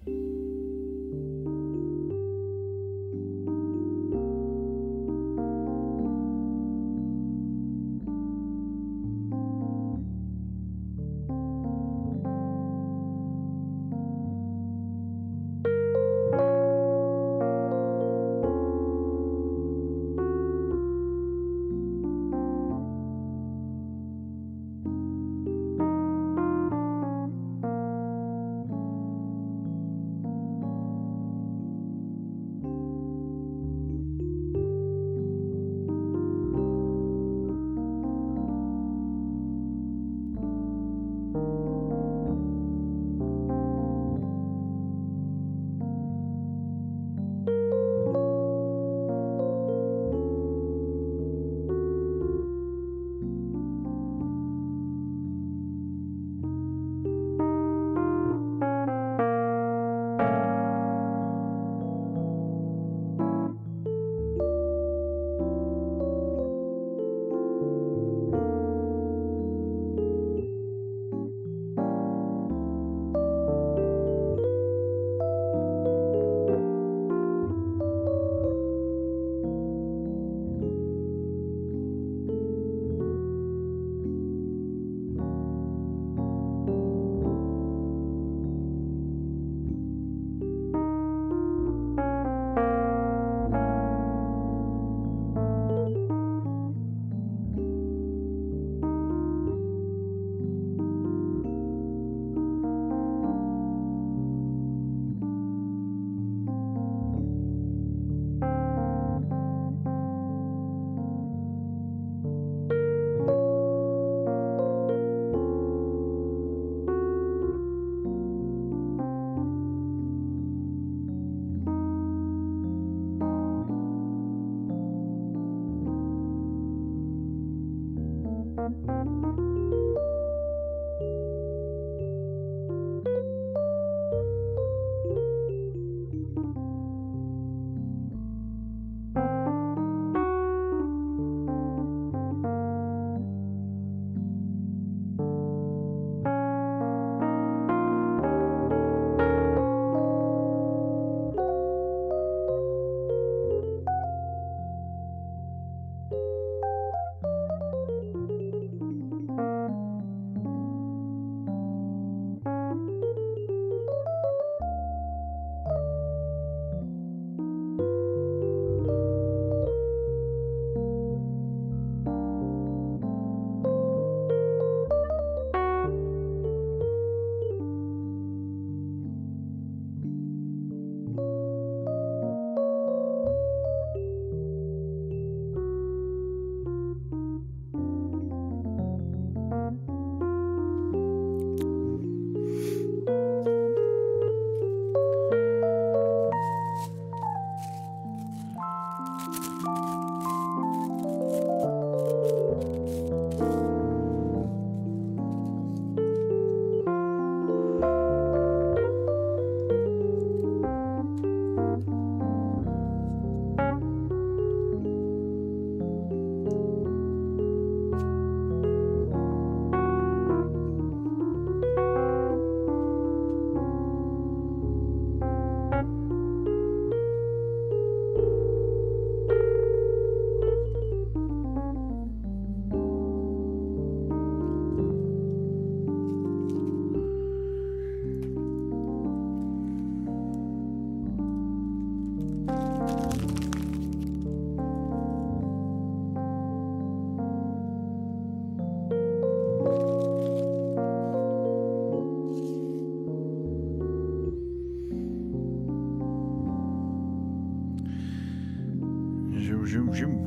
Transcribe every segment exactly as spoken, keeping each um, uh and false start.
zoom, zoom.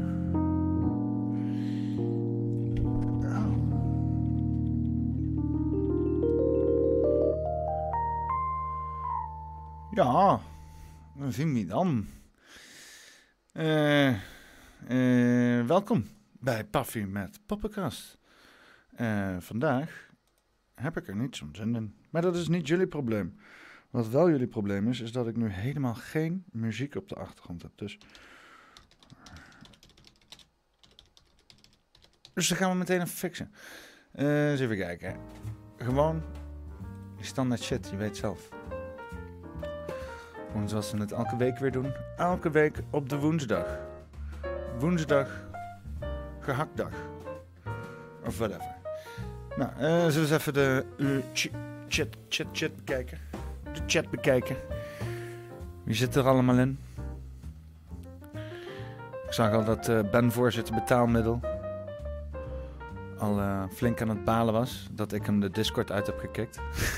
Oh. Ja, dan zien we dan. Uh, uh, welkom bij Puffy met Poppenkast. Uh, vandaag heb ik er niet zo'n zin in. Maar dat is niet jullie probleem. Wat wel jullie probleem is, is dat ik nu helemaal geen muziek op de achtergrond heb. Dus, dus dan gaan we meteen even fixen. Uh, eens even kijken. Gewoon die standaard shit, je weet zelf. Gewoon zoals we het elke week weer doen. Elke week op de woensdag. Woensdag. Gehaktdag. Of whatever. Nou, uh, zullen we eens even de uh, ch- chat, chat, chat bekijken. De chat bekijken. Wie zit er allemaal in? Ik zag al dat uh, Ben voorzitter betaalmiddel al uh, flink aan het balen was. Dat ik hem de Discord uit heb gekikt.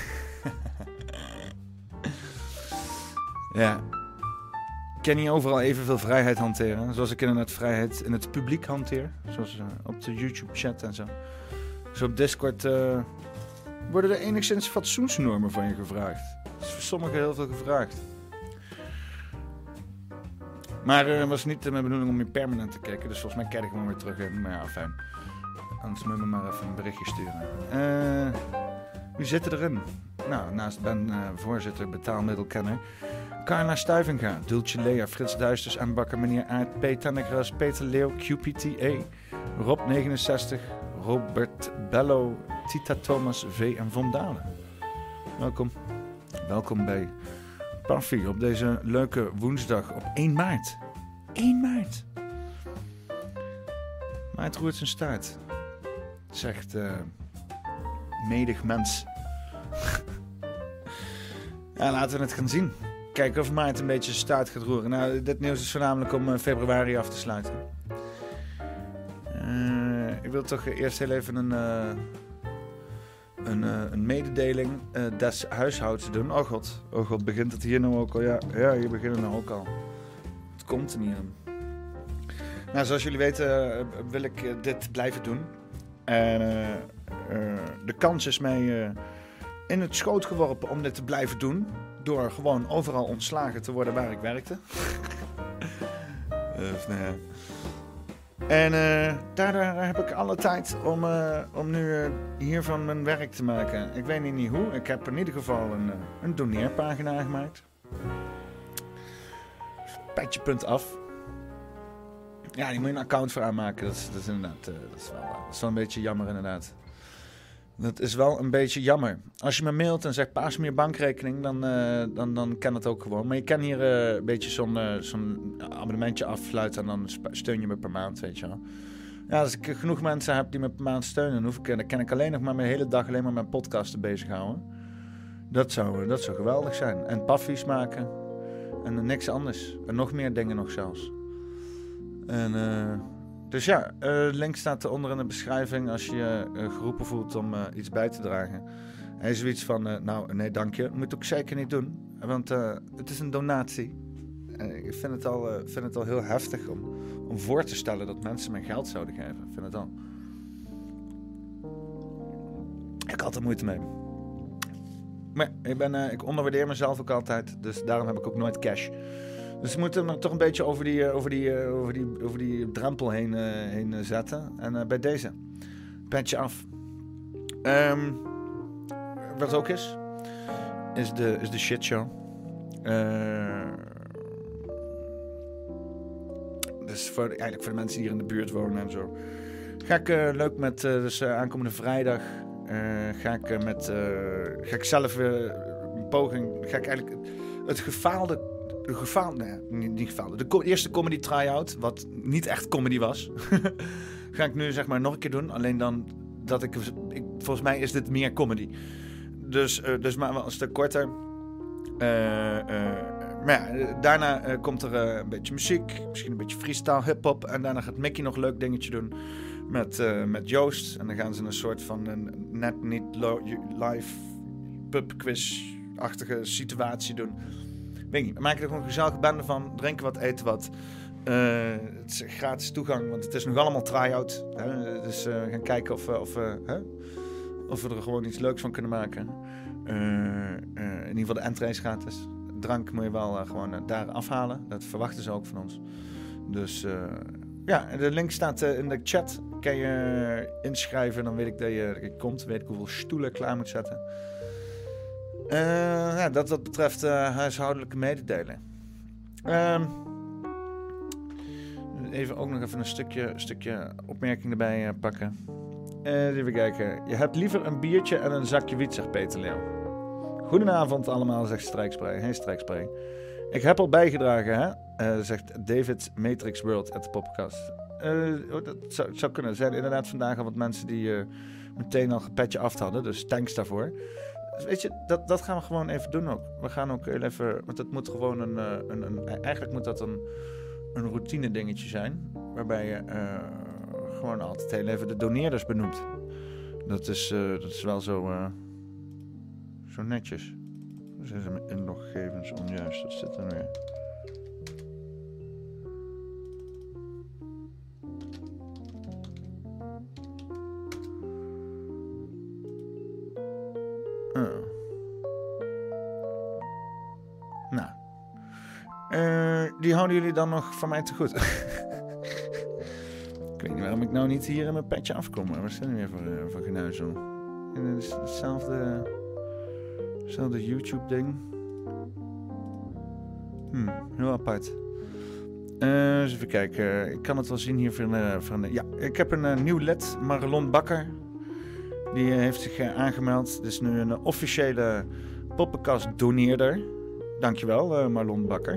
Ja. Ik kan niet overal evenveel vrijheid hanteren. Zoals ik inderdaad vrijheid in het publiek hanteer. Zoals uh, op de YouTube chat en zo. Dus op Discord uh, worden er enigszins fatsoensnormen van je gevraagd. Dat is voor sommigen heel veel gevraagd. Maar het uh, was niet uh, mijn bedoeling om je permanent te kijken. Dus volgens mij kijk ik hem weer terug in. Maar ja, fijn. Anders moet je me maar even een berichtje sturen. Uh, wie zit erin? Nou, naast Ben uh, voorzitter betaalmiddelkenner. Carla Stuyvenga, Dulce Lea, Frits Duisters, en Bakker, meneer Aert, P. Tannegras, Peter Leeuw, Q P T A, Rob negenenzestig, Robert Bello, Tita Thomas, V. en Von Dalen. Welkom. Welkom bij Parfie op deze leuke woensdag op één maart. één maart. Maar het roert zijn staart. Zegt uh, medig mens. Ja, laten we het gaan zien. Kijken of maart een beetje zijn staart gaat roeren. Nou, dit nieuws is voornamelijk om uh, februari af te sluiten. Uh, ik wil toch eerst heel even een, uh, een, uh, een mededeling uh, des huishouds doen. Oh god, oh god, begint het hier nou ook al? Ja, ja, hier beginnen we nou ook al. Het komt er niet aan. Nou, zoals jullie weten uh, wil ik uh, dit blijven doen. En uh, uh, de kans is mij uh, in het schoot geworpen om dit te blijven doen. Door gewoon overal ontslagen te worden waar ik werkte. uh, nee. En uh, daardoor heb ik alle tijd om, uh, om nu uh, hiervan mijn werk te maken. Ik weet niet hoe. Ik heb in ieder geval een, uh, een doneerpagina gemaakt. Petje punt af. Ja, die moet je een account voor aanmaken. Dat is, dat is inderdaad uh, dat is wel, dat is wel een beetje jammer inderdaad. Dat is wel een beetje jammer. Als je me mailt en zegt paas me je bankrekening, dan, uh, dan, dan kan het ook gewoon. Maar je kan hier uh, een beetje zo'n, uh, zo'n abonnementje afsluiten en dan steun je me per maand, weet je wel. Ja, als ik genoeg mensen heb die me per maand steunen, dan, hoef ik, dan kan ik alleen nog maar mijn hele dag alleen maar met podcasten bezighouden. Dat zou, dat zou geweldig zijn. En paffies maken. En niks anders. En nog meer dingen nog zelfs. En... Uh, Dus ja, de uh, link staat eronder in de beschrijving als je je uh, geroepen voelt om uh, iets bij te dragen. Hij is zoiets van, uh, nou nee dank je, dat moet ik ook zeker niet doen. Want uh, het is een donatie. Uh, ik vind het al, uh, vind het al heel heftig om, om voor te stellen dat mensen mij geld zouden geven. Ik vind het al... Ik had er moeite mee. Maar ik, ben, uh, ik onderwaardeer mezelf ook altijd, dus daarom heb ik ook nooit cash. Dus we moeten me toch een beetje over die, over die, over die, over die drempel heen, uh, heen zetten. En uh, bij deze, petje af. Um, wat ook is, is de, is de shitshow. Uh, dus voor, eigenlijk voor de mensen die hier in de buurt wonen en zo. Ga ik uh, leuk met, uh, dus uh, aankomende vrijdag, uh, ga ik uh, met, uh, ga ik zelf uh, een poging, ga ik eigenlijk het gefaalde... De gefaalde, nee, niet, niet gefaalde. De co- eerste comedy try-out, wat niet echt comedy was, ga ik nu zeg maar nog een keer doen. Alleen dan dat ik, ik volgens mij is dit meer comedy. Dus, uh, dus maar wel een stuk korter. Uh, uh, maar ja, daarna uh, komt er uh, een beetje muziek, misschien een beetje freestyle, hip-hop. En daarna gaat Mickey nog een leuk dingetje doen met, uh, met Joost. En dan gaan ze een soort van een net niet lo- live pubquiz-achtige situatie doen. Weet niet, we maken er gewoon een gezellige bende van. Drinken wat, eten wat. Uh, het is gratis toegang, want het is nog allemaal try-out. Hè? Dus uh, gaan kijken of, uh, of, uh, hè? of we er gewoon iets leuks van kunnen maken. Uh, uh, in ieder geval de entree is gratis. Drank moet je wel uh, gewoon uh, daar afhalen. Dat verwachten ze ook van ons. Dus uh, ja, de link staat uh, in de chat. Kan je uh, inschrijven, dan weet ik dat je, dat je komt. Weet ik hoeveel stoelen ik klaar moet zetten. Uh, ja, dat wat betreft uh, huishoudelijke mededeling. Uh, even ook nog even een stukje, stukje opmerking erbij uh, pakken. Uh, even kijken. Je hebt liever een biertje en een zakje wiet, zegt Peter Leeuw. Goedenavond allemaal, zegt Strijkspray. Hey Strijkspray. Ik heb al bijgedragen, hè? Uh, zegt David Matrix World at de podcast. Uh, dat zou, zou kunnen. Er zijn inderdaad vandaag al wat mensen die uh, meteen al een petje af hadden. Dus thanks daarvoor. Dus weet je, dat, dat gaan we gewoon even doen ook. We gaan ook even... Want het moet gewoon een... Uh, een, een eigenlijk moet dat een, een routine dingetje zijn. Waarbij je uh, gewoon altijd heel even de doneerders benoemt. Dat is, uh, dat is wel zo... Uh, zo netjes. Dan zijn ze mijn inloggegevens onjuist. Dat zit er weer. Oh. Nou. Uh, die houden jullie dan nog van mij te goed. Ik weet niet waarom ik nou niet hier in mijn petje afkom. Maar wat zijn er weer voor, uh, voor genuizel? En het is hetzelfde... Hetzelfde YouTube-ding. Hm, heel apart. Uh, eens even kijken. Ik kan het wel zien hier van... Uh, van uh, ja, ik heb een uh, nieuw lid. Marlon Bakker. Die uh, heeft zich uh, aangemeld. Dit is nu een uh, officiële Poppenkast-doneerder. Dankjewel, uh, Marlon Bakker.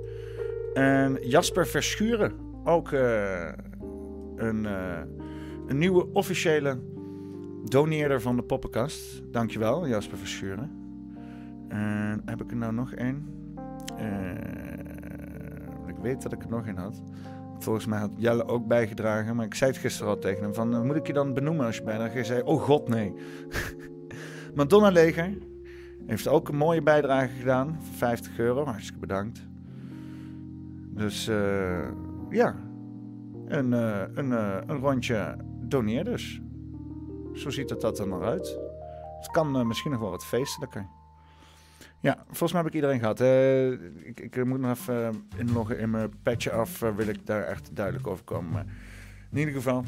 En Jasper Verschuren. Ook uh, een, uh, een nieuwe officiële doneerder van de Poppenkast. Dankjewel, Jasper Verschuren. En heb ik er nou nog één? Uh, ik weet dat ik er nog één had. Volgens mij had Jelle ook bijgedragen. Maar ik zei het gisteren al tegen hem. Van, uh, moet ik je dan benoemen als je bijdraagt? Hij zei, oh god, nee. Madonna Leger heeft ook een mooie bijdrage gedaan. Voor vijftig euro. Hartstikke bedankt. Dus uh, ja. Een, uh, een, uh, een rondje doneerders. Zo ziet het dat er nog uit. Het kan uh, misschien nog wel wat feestelijker. Ja, volgens mij heb ik iedereen gehad. Uh, ik, ik moet nog even uh, inloggen in mijn patje af. Uh, wil ik daar echt duidelijk over komen. Maar in ieder geval,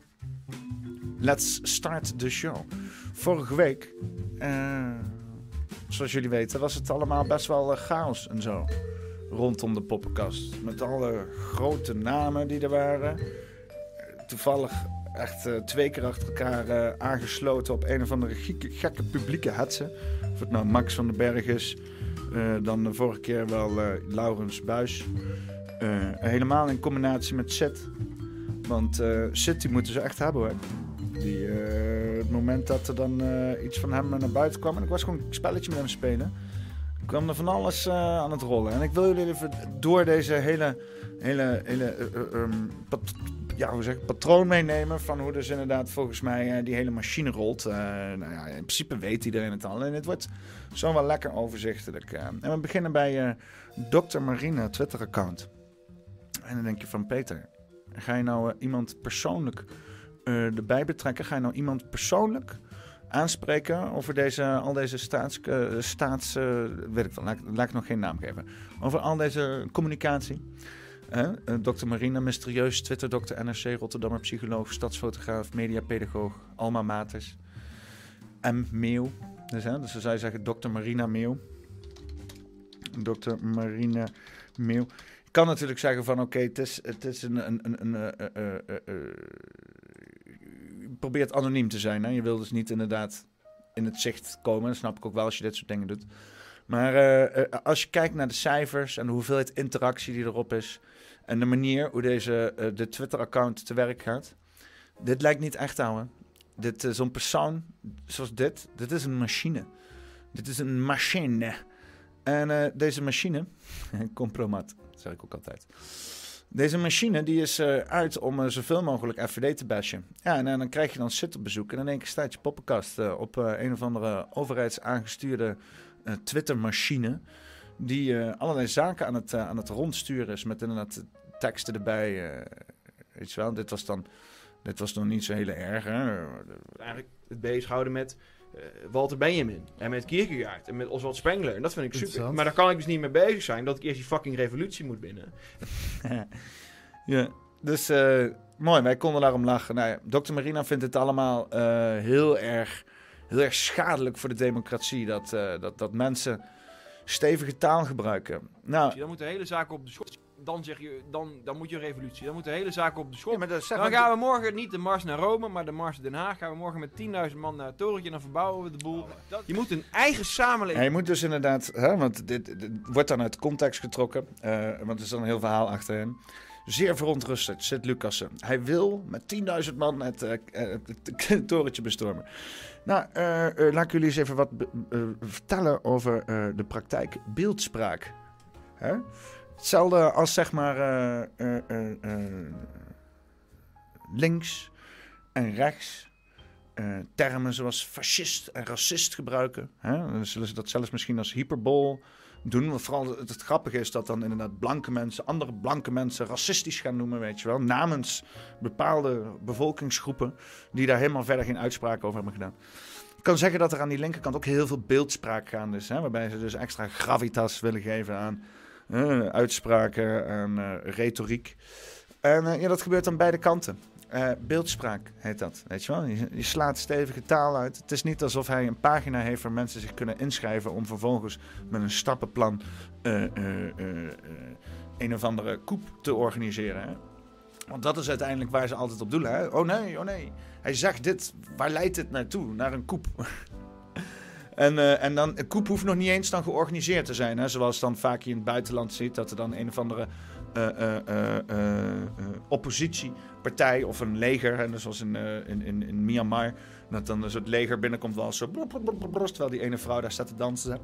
let's start the show. Vorige week, uh, zoals jullie weten, was het allemaal best wel uh, chaos en zo. Rondom de Poppenkast. Met alle grote namen die er waren. Uh, toevallig echt uh, twee keer achter elkaar uh, aangesloten op een of andere gekke, gekke publieke hetsen. Of het nou Max van den Berg is, uh, dan de vorige keer wel uh, Laurens Buis. Uh, helemaal in combinatie met Sid. Want uh, Sid die moeten ze echt hebben hoor. Die, uh, het moment dat er dan uh, iets van hem naar buiten kwam. En ik was gewoon een spelletje met hem spelen. Kwam er van alles uh, aan het rollen. En ik wil jullie even door deze hele, hele, hele uh, uh, um, pat, ja, hoe zeg ik, patroon meenemen. Van hoe dus inderdaad volgens mij uh, die hele machine rolt. Uh, nou ja, in principe weet iedereen het al. En het wordt zo wel lekker overzichtelijk. Uh. En we beginnen bij uh, dokter Marina Twitter-account. En dan denk je van Peter, ga je nou uh, iemand persoonlijk uh, erbij betrekken? Ga je nou iemand persoonlijk aanspreken over deze, al deze staats... Uh, staats uh, weet ik wel, laat, laat ik nog geen naam geven. Over al deze communicatie. Uh, uh, dokter Marina, mysterieus Twitter-dokter, N R C, Rotterdammer, psycholoog, stadsfotograaf, mediapedagoog, Alma Maters, M. Meeuw. Dus, hè, dus dan zou je zeggen dokter Marina Meeuw. dokter Marina Meeuw. Je kan natuurlijk zeggen van oké, okay, het is, het is een... een, een, een uh, uh, uh, uh, probeert anoniem te zijn. Hè? Je wil dus niet inderdaad in het zicht komen. Dat snap ik ook wel als je dit soort dingen doet. Maar uh, uh, als je kijkt naar de cijfers en de hoeveelheid interactie die erop is en de manier hoe deze uh, de Twitter-account te werk gaat, dit lijkt niet echt ouwe. Dit uh, zo'n persoon zoals dit, dit is een machine. Dit is een machine. En uh, deze machine, compromat, dat zeg ik ook altijd. Deze machine die is uh, uit om uh, zoveel mogelijk F V D te bashen. Ja, en uh, dan krijg je dan Sid op bezoek en in één keer staat je Poppenkast uh, op uh, een of andere overheidsaangestuurde uh, Twitter-machine die uh, allerlei zaken aan het, uh, aan het rondsturen is met inderdaad teksten erbij. Uh, weet je wel, dit was dan dit was nog niet zo hele erg. Hè? Eigenlijk het bezighouden met uh, Walter Benjamin en met Kierkegaard en met Oswald Spengler. En dat vind ik super. Maar daar kan ik dus niet mee bezig zijn dat ik eerst die fucking revolutie moet binnen. Ja, dus uh, mooi. Wij konden daarom lachen. Nou ja, dokter Marina vindt het allemaal uh, heel erg, heel erg schadelijk voor de democratie dat, uh, dat, dat mensen stevige taal gebruiken. Nou, dan moet de hele zaak op de schort. dan, zeg je, dan, dan moet je een revolutie. Dan moet de hele zaak op de schop. Ja, maar dat, zeg dan maar, gaan we morgen niet de mars naar Rome, maar de mars Den Haag. Gaan we morgen met tienduizend man naar het torentje en dan verbouwen we de boel. Je moet een eigen samenleving... Ja, je moet dus inderdaad... Hè, want dit, dit wordt dan uit context getrokken. Uh, want er is dan een heel verhaal achterin. Zeer verontrustend, zit Lucassen. Hij wil met tienduizend man het, uh, het, het torentje bestormen. Nou, uh, uh, laat ik jullie eens even wat uh, vertellen over uh, de praktijk beeldspraak. Hè? Hetzelfde als zeg maar uh, uh, uh, uh, links en rechts uh, termen zoals fascist en racist gebruiken. Hè? Dan zullen ze dat zelfs misschien als hyperbool doen. Want vooral het, het grappige is dat dan inderdaad blanke mensen, andere blanke mensen racistisch gaan noemen, weet je wel. Namens bepaalde bevolkingsgroepen die daar helemaal verder geen uitspraak over hebben gedaan. Ik kan zeggen dat er aan die linkerkant ook heel veel beeldspraak gaande is. Hè? Waarbij ze dus extra gravitas willen geven aan uh, uitspraken en uh, retoriek. En uh, ja, dat gebeurt aan beide kanten. Uh, beeldspraak heet dat, weet je wel. Je, je slaat stevige taal uit. Het is niet alsof hij een pagina heeft waar mensen zich kunnen inschrijven om vervolgens met een stappenplan uh, uh, uh, uh, een of andere coup te organiseren. Hè? Want dat is uiteindelijk waar ze altijd op doelen. Hè? Oh nee, oh nee. Hij zegt dit. Waar leidt dit naartoe? Naar een coup. En, uh, en dan, een coup hoeft nog niet eens dan georganiseerd te zijn. Hè? Zoals dan vaak je in het buitenland ziet, dat er dan een of andere uh, uh, uh, uh, uh, oppositiepartij of een leger, hè? Zoals in, uh, in, in, in Myanmar, dat dan dus het leger binnenkomt wel zo, terwijl die ene vrouw daar staat te dansen.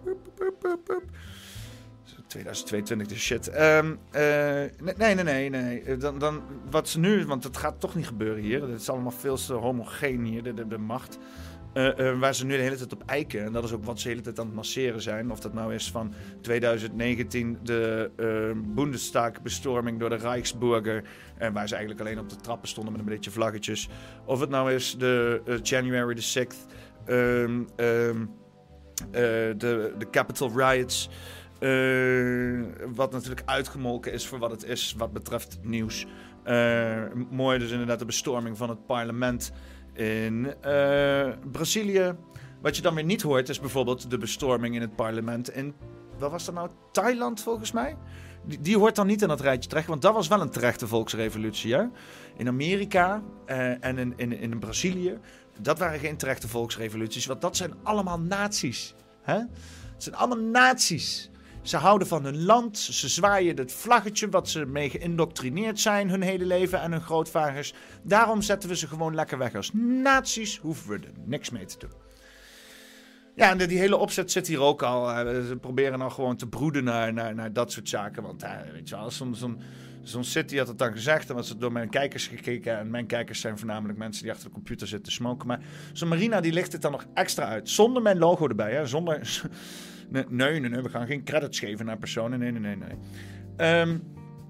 tweeduizend tweeëntwintig de shit. Um, uh, nee, nee, nee, nee. Dan, dan, wat ze nu, want het gaat toch niet gebeuren hier. Het is allemaal veel te homogeen hier, de, de, de macht. Uh, uh, waar ze nu de hele tijd op eiken. En dat is ook wat ze de hele tijd aan het masseren zijn. Of dat nou is van tweeduizend negentien de uh, Bundestag-bestorming door de Rijksburger. En waar ze eigenlijk alleen op de trappen stonden met een beetje vlaggetjes. Of het nou is de uh, January the sixth. Um, um, uh, de, de Capitol Riots. Uh, wat natuurlijk uitgemolken is voor wat het is wat betreft nieuws. Uh, mooi dus inderdaad de bestorming van het parlement in uh, Brazilië. Wat je dan weer niet hoort is bijvoorbeeld de bestorming in het parlement in, wat was dat nou, Thailand volgens mij? Die, die hoort dan niet in dat rijtje terecht, want dat was wel een terechte volksrevolutie. Hè? In Amerika uh, en in, in, in Brazilië, dat waren geen terechte volksrevoluties, want dat zijn allemaal nazi's. Hè? Het zijn allemaal nazi's. Ze houden van hun land, ze zwaaien het vlaggetje wat ze mee geïndoctrineerd zijn hun hele leven en hun grootvaders. Daarom zetten we ze gewoon lekker weg als nazi's, hoeven we er niks mee te doen. Ja, en die hele opzet zit hier ook al. Ze proberen nou gewoon te broeden naar, naar, naar dat soort zaken. Want uh, weet je wel, zo'n, zo'n, zo'n City had het dan gezegd en was het door mijn kijkers gekeken. En mijn kijkers zijn voornamelijk mensen die achter de computer zitten te smoken. Maar zo'n Marina die licht het dan nog extra uit. Zonder mijn logo erbij, hè. Zonder... Nee, nee, nee, we gaan geen credits geven naar personen. Nee, nee, nee, nee. Um,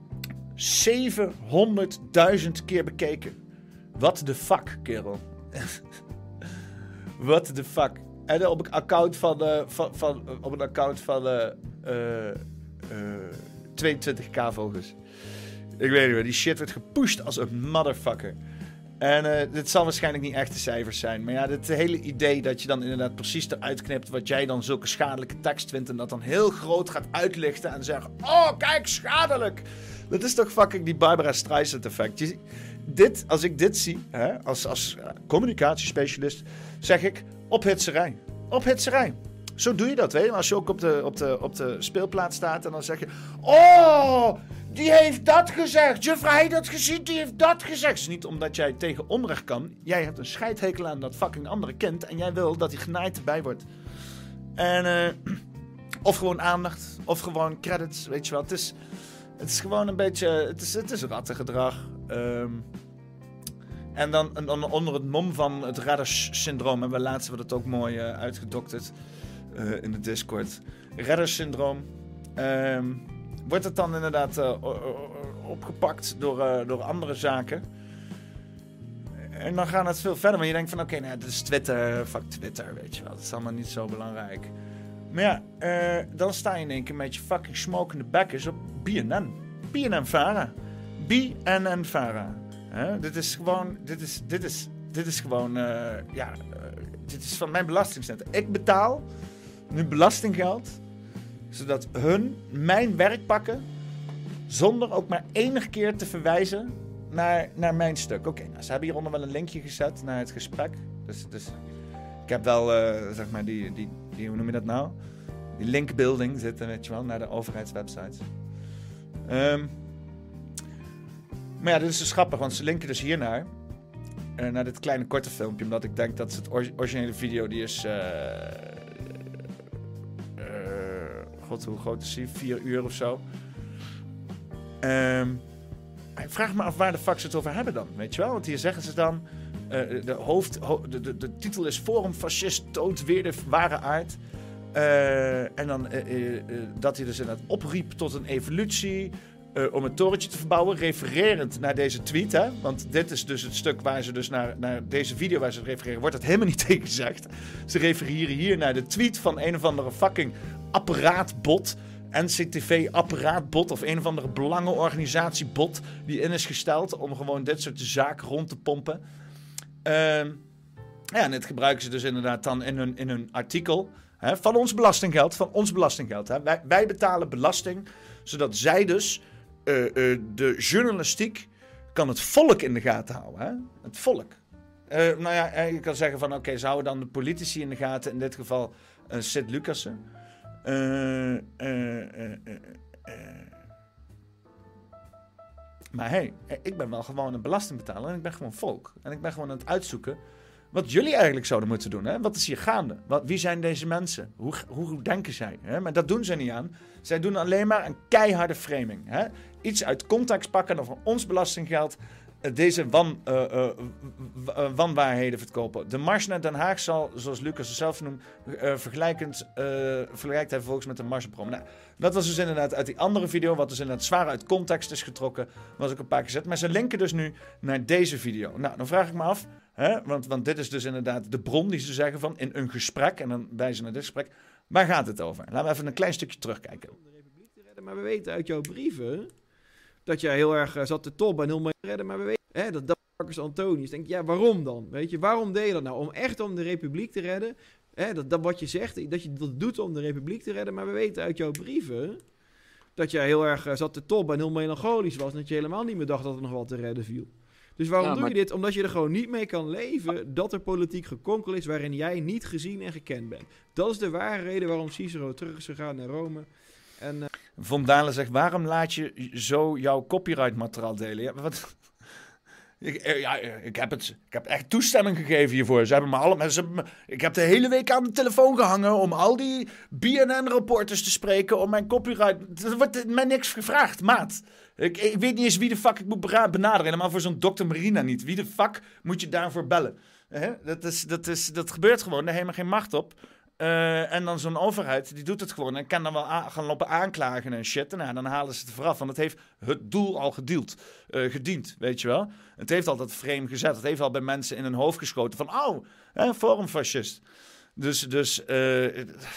zevenhonderdduizend keer bekeken. What the fuck, kerel. What the fuck. En op een account van, uh, van, van, op een account van uh, uh, uh, tweeëntwintig k volgers. Ik weet niet meer, die shit werd gepusht als een motherfucker. En uh, dit zal waarschijnlijk niet echte cijfers zijn. Maar ja, het hele idee dat je dan inderdaad precies eruit knipt wat jij dan zulke schadelijke tekst vindt. En dat dan heel groot gaat uitlichten en zeggen, oh, kijk, schadelijk. Dat is toch fucking die Barbara Streisand effect. Je, dit, als ik dit zie, hè, als, als uh, communicatiespecialist, zeg ik ophitserij. Ophitserij. Zo doe je dat, weet je. Als je ook op de, op, de, op de speelplaats staat en dan zeg je, oh... Die heeft dat gezegd. Juffrouw, heb je dat gezien? Die heeft dat gezegd. Het is niet omdat jij tegen onrecht kan. Jij hebt een scheidhekel aan dat fucking andere kind. En jij wil dat hij genaaid erbij wordt. En, uh, of gewoon aandacht. Of gewoon credits. Weet je wel. Het is, het is gewoon een beetje... Het is, het is rattengedrag. Um, en, dan, en dan onder het mom van het Redders-syndroom. En we laatst hebben we dat ook mooi uh, uitgedokterd. Uh, in de Discord. Redders-syndroom. Um, wordt het dan inderdaad uh, opgepakt door, uh, door andere zaken. En dan gaat het veel verder. Maar je denkt van oké, okay, nou, dat is Twitter. Fuck Twitter, weet je wel. Dat is allemaal niet zo belangrijk. Maar ja, uh, dan sta je in één keer met je fucking smokende bekkers op B N N. B N N-Vara. B N N-Vara. Huh? Dit is gewoon... Dit is, dit is, dit is gewoon... Uh, ja, uh, dit is van mijn belastingcenten. Ik betaal nu belastinggeld... zodat hun mijn werk pakken Zonder ook maar enige keer te verwijzen naar, naar mijn stuk. Oké, okay, nou, ze hebben hieronder wel een linkje gezet naar het gesprek. Dus, dus ik heb wel, uh, zeg maar, die, die, die, hoe noem je dat nou? Die linkbuilding zitten, weet je wel, naar de overheidswebsites. Um, maar ja, dit is dus grappig, want ze linken dus hiernaar. Uh, naar dit kleine korte filmpje, omdat ik denk dat het or- originele video, die is... Uh, uh, God, hoe groot is die? Vier uur of zo. Um, ik vraag me af waar de fuck ze het over hebben dan, weet je wel? Want hier zeggen ze dan... Uh, de, hoofd, ho, de, de, de titel is Forum Fascist toont weer de ware aard. Uh, en dan uh, uh, uh, dat hij dus inderdaad opriep tot een evolutie... Uh, om een torentje te verbouwen, refererend naar deze tweet. Hè? Want dit is dus het stuk waar ze dus naar, naar deze video waar ze refereren, wordt het helemaal niet tegen gezegd. Ze refereren hier naar de tweet van een of andere fucking apparaatbot... N C T V-apparaatbot of een of andere belangenorganisatiebot die in is gesteld om gewoon dit soort zaken rond te pompen. Uh, ja, en dit gebruiken ze dus inderdaad dan in hun, in hun artikel. Hè, van ons belastinggeld, van ons belastinggeld. Hè. Wij, wij betalen belasting, zodat zij dus uh, uh, de journalistiek kan het volk in de gaten houden. Hè? Het volk. Uh, nou ja, je kan zeggen van oké, okay, ze houden dan de politici in de gaten, in dit geval uh, Sid Lucassen. Uh, uh, uh, uh, uh, uh. Maar hé, hey, ik ben wel gewoon een belastingbetaler en ik ben gewoon volk. En ik ben gewoon aan het uitzoeken wat jullie eigenlijk zouden moeten doen. Hè? Wat is hier gaande? Wat, wie zijn deze mensen? Hoe, hoe, hoe denken zij? Hè? Maar dat doen ze niet aan. Zij doen alleen maar een keiharde framing. Hè? Iets uit context pakken en van ons belastinggeld uh, deze wan, uh, uh, uh, wanwaarheden verkopen. De mars naar Den Haag zal, zoals Lucas het zelf noemt, uh, vergelijkend, uh, vergelijkt hij volgens met de Mars op Rome. Nou, dat was dus inderdaad uit die andere video, wat dus inderdaad zwaar uit context is getrokken, was ook een paar keer gezet. Maar ze linken dus nu naar deze video. Nou, dan vraag ik me af, hè, want, want dit is dus inderdaad de bron die ze zeggen van in een gesprek, en dan wijzen naar dit gesprek. Waar gaat het over? Laten we even een klein stukje terugkijken. Om de Republiek te redden, maar we weten uit jouw brieven dat jij heel erg uh, zat te tobben en heel mee redden, maar we weten hè, dat dat Marcus Antonius denkt, ja, waarom dan? Weet je, waarom deed je dat nou? Om echt om de Republiek te redden? Hè, dat, dat wat je zegt, dat je dat doet om de Republiek te redden, maar we weten uit jouw brieven dat jij heel erg uh, zat te tobben en heel melancholisch was en dat je helemaal niet meer dacht dat er nog wat te redden viel. Dus waarom ja, doe maar... je dit? Omdat je er gewoon niet mee kan leven dat er politiek gekonkel is waarin jij niet gezien en gekend bent. Dat is de ware reden waarom Cicero terug is gegaan naar Rome. En, uh... Von Dalen zegt, waarom laat je zo jouw copyright materiaal delen? Ja, wat... Ik, ja, ik, heb het, ik heb echt toestemming gegeven hiervoor. Ze hebben me alle, ze hebben me, ik heb de hele week aan de telefoon gehangen om al die B N N-reporters te spreken om mijn copyright. Er wordt mij niks gevraagd, maat. Ik, ik weet niet eens wie de fuck ik moet benaderen. Helemaal voor zo'n dokter Marina niet. Wie de fuck moet je daarvoor bellen? He? Dat, is, dat, is, dat gebeurt gewoon. Daar heeft men geen macht op. Uh, en dan zo'n overheid, die doet het gewoon. En kan dan wel a- gaan lopen aanklagen en shit. En nou, dan halen ze het vooraf. Want het heeft het doel al gedeeld, uh, gediend, weet je wel. Het heeft al dat frame gezet. Het heeft al bij mensen in hun hoofd geschoten van... Oh, hè, forumfascist. Dus, dus... Uh,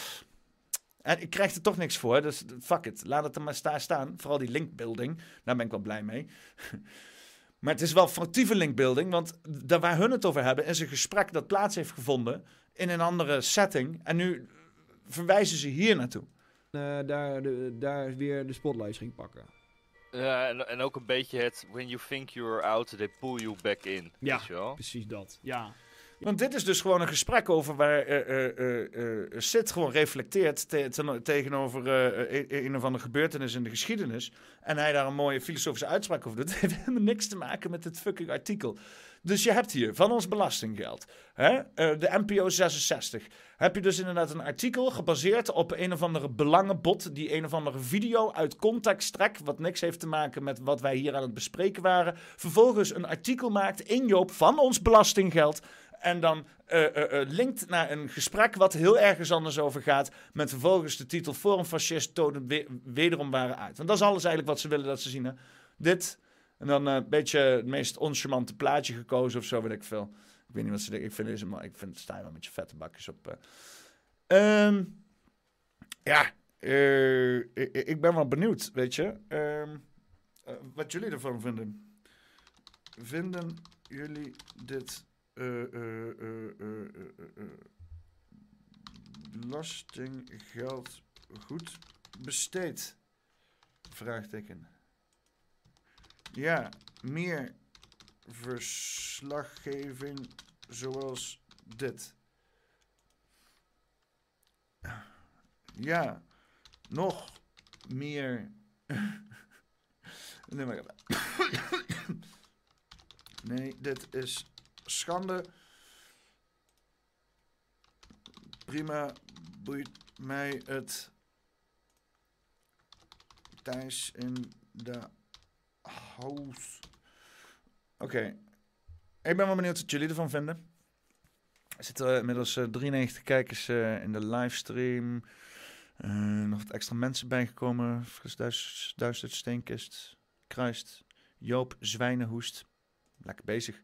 en ik krijg er toch niks voor. Dus fuck it. Laat het er maar sta- staan. Vooral die linkbuilding. Daar ben ik wel blij mee. Maar het is wel foutieve linkbuilding. Want daar waar hun het over hebben... is een gesprek dat plaats heeft gevonden... in een andere setting. En nu verwijzen ze hier naartoe. Uh, daar, de, daar weer de spotlights ging pakken. Ja, en, en ook een beetje het... When you think you're out, they pull you back in. Ja, weet je wel? precies dat. Ja. Want dit is dus gewoon een gesprek over waar uh, uh, uh, uh, Sid gewoon reflecteert te, te, tegenover uh, uh, een of andere gebeurtenis in de geschiedenis. En hij daar een mooie filosofische uitspraak over doet. Het heeft helemaal niks te maken met dit fucking artikel. Dus je hebt hier van ons belastinggeld, hè, uh, de N P O zesenzestig, heb je dus inderdaad een artikel gebaseerd op een of andere belangenbot die een of andere video uit context trekt, wat niks heeft te maken met wat wij hier aan het bespreken waren. Vervolgens een artikel maakt in Joop van ons belastinggeld. En dan uh, uh, uh, linkt naar een gesprek wat heel ergens anders over gaat. Met vervolgens de titel Forum Fascist tonen we- wederom waren uit. Want dat is alles eigenlijk wat ze willen dat ze zien. Hè? Dit. En dan uh, een beetje het meest oncharmante plaatje gekozen of zo, weet ik veel. Ik weet niet wat ze denken. Ik vind, deze, ik vind het staan wel met je vette bakjes op. Uh. Um, ja, uh, ik, ik ben wel benieuwd, weet je. Um, uh, wat jullie ervan vinden. Vinden jullie dit... Uh, uh, uh, uh, uh, uh, uh, belastinggeld goed besteed? Vraagteken. ja, meer verslaggeving zoals dit. Ja, nog meer. Nee, maar... nee, dit is schande. Prima, boeit mij het. Thijs in de house. Oké. Okay. Ik ben wel benieuwd wat jullie ervan vinden. Er zitten inmiddels uh, drieënnegentig kijkers uh, in de livestream. Uh, nog wat extra mensen bijgekomen. Fris Duis, Duis uit Steenkist. Kruist. Joop Zwijnenhoest. Lekker bezig.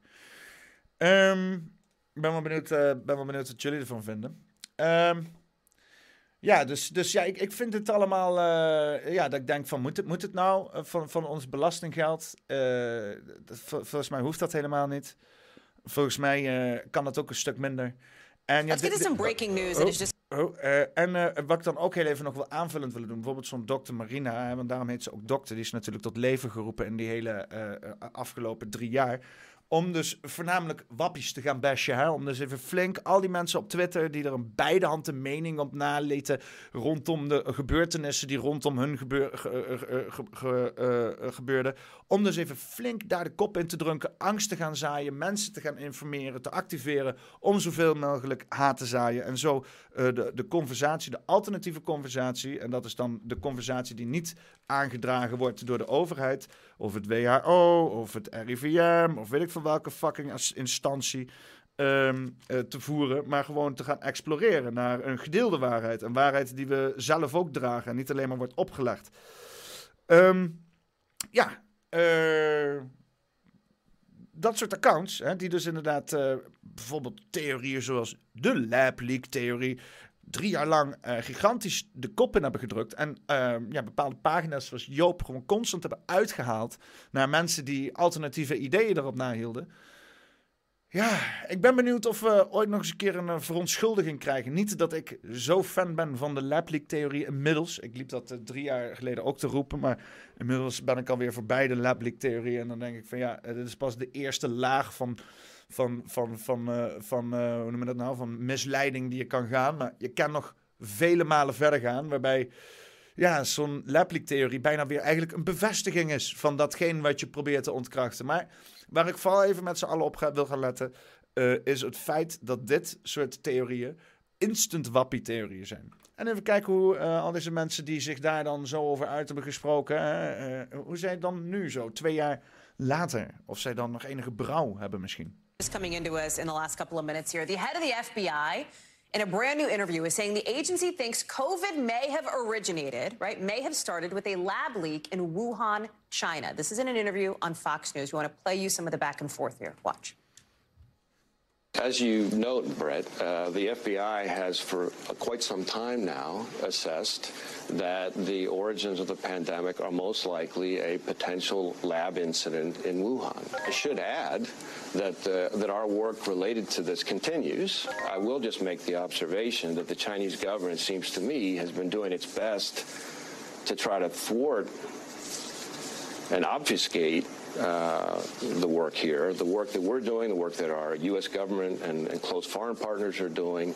Um, Ik ben wel benieuwd, uh, ben wel benieuwd wat jullie ervan vinden. Um, ja, dus, dus ja, ik, ik vind het allemaal... Uh, ja, dat ik denk van, moet het, moet het nou uh, van, van ons belastinggeld? Uh, dat, volgens mij hoeft dat helemaal niet. Volgens mij uh, kan het ook een stuk minder. En, ja, Let's get to some breaking news. Oh, just... oh, uh, en uh, wat ik dan ook heel even nog wel aanvullend willen doen. Bijvoorbeeld zo'n dokter Marina. Hè, want daarom heet ze ook dokter. Die is natuurlijk tot leven geroepen in die hele uh, afgelopen drie jaar. Om dus voornamelijk wappies te gaan bashen. Hè? Om dus even flink al die mensen op Twitter die er een beide handen mening op nalieten rondom de gebeurtenissen die rondom hun gebeur, ge, ge, ge, ge, uh, gebeurden. Om dus even flink daar de kop in te drunken, angst te gaan zaaien, mensen te gaan informeren, te activeren, om zoveel mogelijk haat te zaaien. En zo uh, de, de conversatie, de alternatieve conversatie, en dat is dan de conversatie die niet aangedragen wordt door de overheid, of het W H O, of het R I V M, of weet ik van welke fucking instantie, um, uh, te voeren, maar gewoon te gaan exploreren naar een gedeelde waarheid. Een waarheid die we zelf ook dragen en niet alleen maar wordt opgelegd. Um, ja, uh, dat soort accounts, hè, die dus inderdaad uh, bijvoorbeeld theorieën zoals de Lab Leak-theorie drie jaar lang uh, gigantisch de kop in hebben gedrukt. En uh, ja, bepaalde pagina's zoals Joop gewoon constant hebben uitgehaald naar mensen die alternatieve ideeën erop nahielden. Ja, ik ben benieuwd of we ooit nog eens een keer een uh, verontschuldiging krijgen. Niet dat ik zo fan ben van de Lab Leak-theorie inmiddels. Ik liep dat uh, drie jaar geleden ook te roepen, maar inmiddels ben ik alweer voorbij de Lab Leak-theorie. En dan denk ik van ja, uh, dit is pas de eerste laag van... Van, van, van, uh, van uh, hoe noem je dat nou? Van misleiding die je kan gaan. Maar je kan nog vele malen verder gaan. Waarbij ja, zo'n Lab Leak-theorie bijna weer eigenlijk een bevestiging is van datgene wat je probeert te ontkrachten. Maar waar ik vooral even met z'n allen op ga, wil gaan letten, uh, is het feit dat dit soort theorieën instant wappie-theorieën zijn. En even kijken hoe uh, al deze mensen die zich daar dan zo over uit hebben gesproken, uh, uh, hoe zij dan nu zo, twee jaar later, of zij dan nog enige brouw hebben misschien. Just coming into us in the last couple of minutes here. The head of the F B I, in a brand new interview, is saying the agency thinks COVID may have originated, right, may have started with a lab leak in Wuhan, China. This is in an interview on Fox News. We want to play you some of the back and forth here. Watch. As you note, Brett, uh, the F B I has for quite some time now assessed that the origins of the pandemic are most likely a potential lab incident in Wuhan. I should add that, uh, that our work related to this continues. I will just make the observation that the Chinese government seems to me has been doing its best to try to thwart and obfuscate Uh, the work here, the work that we're doing, the work that our U S government and, and close foreign partners are doing.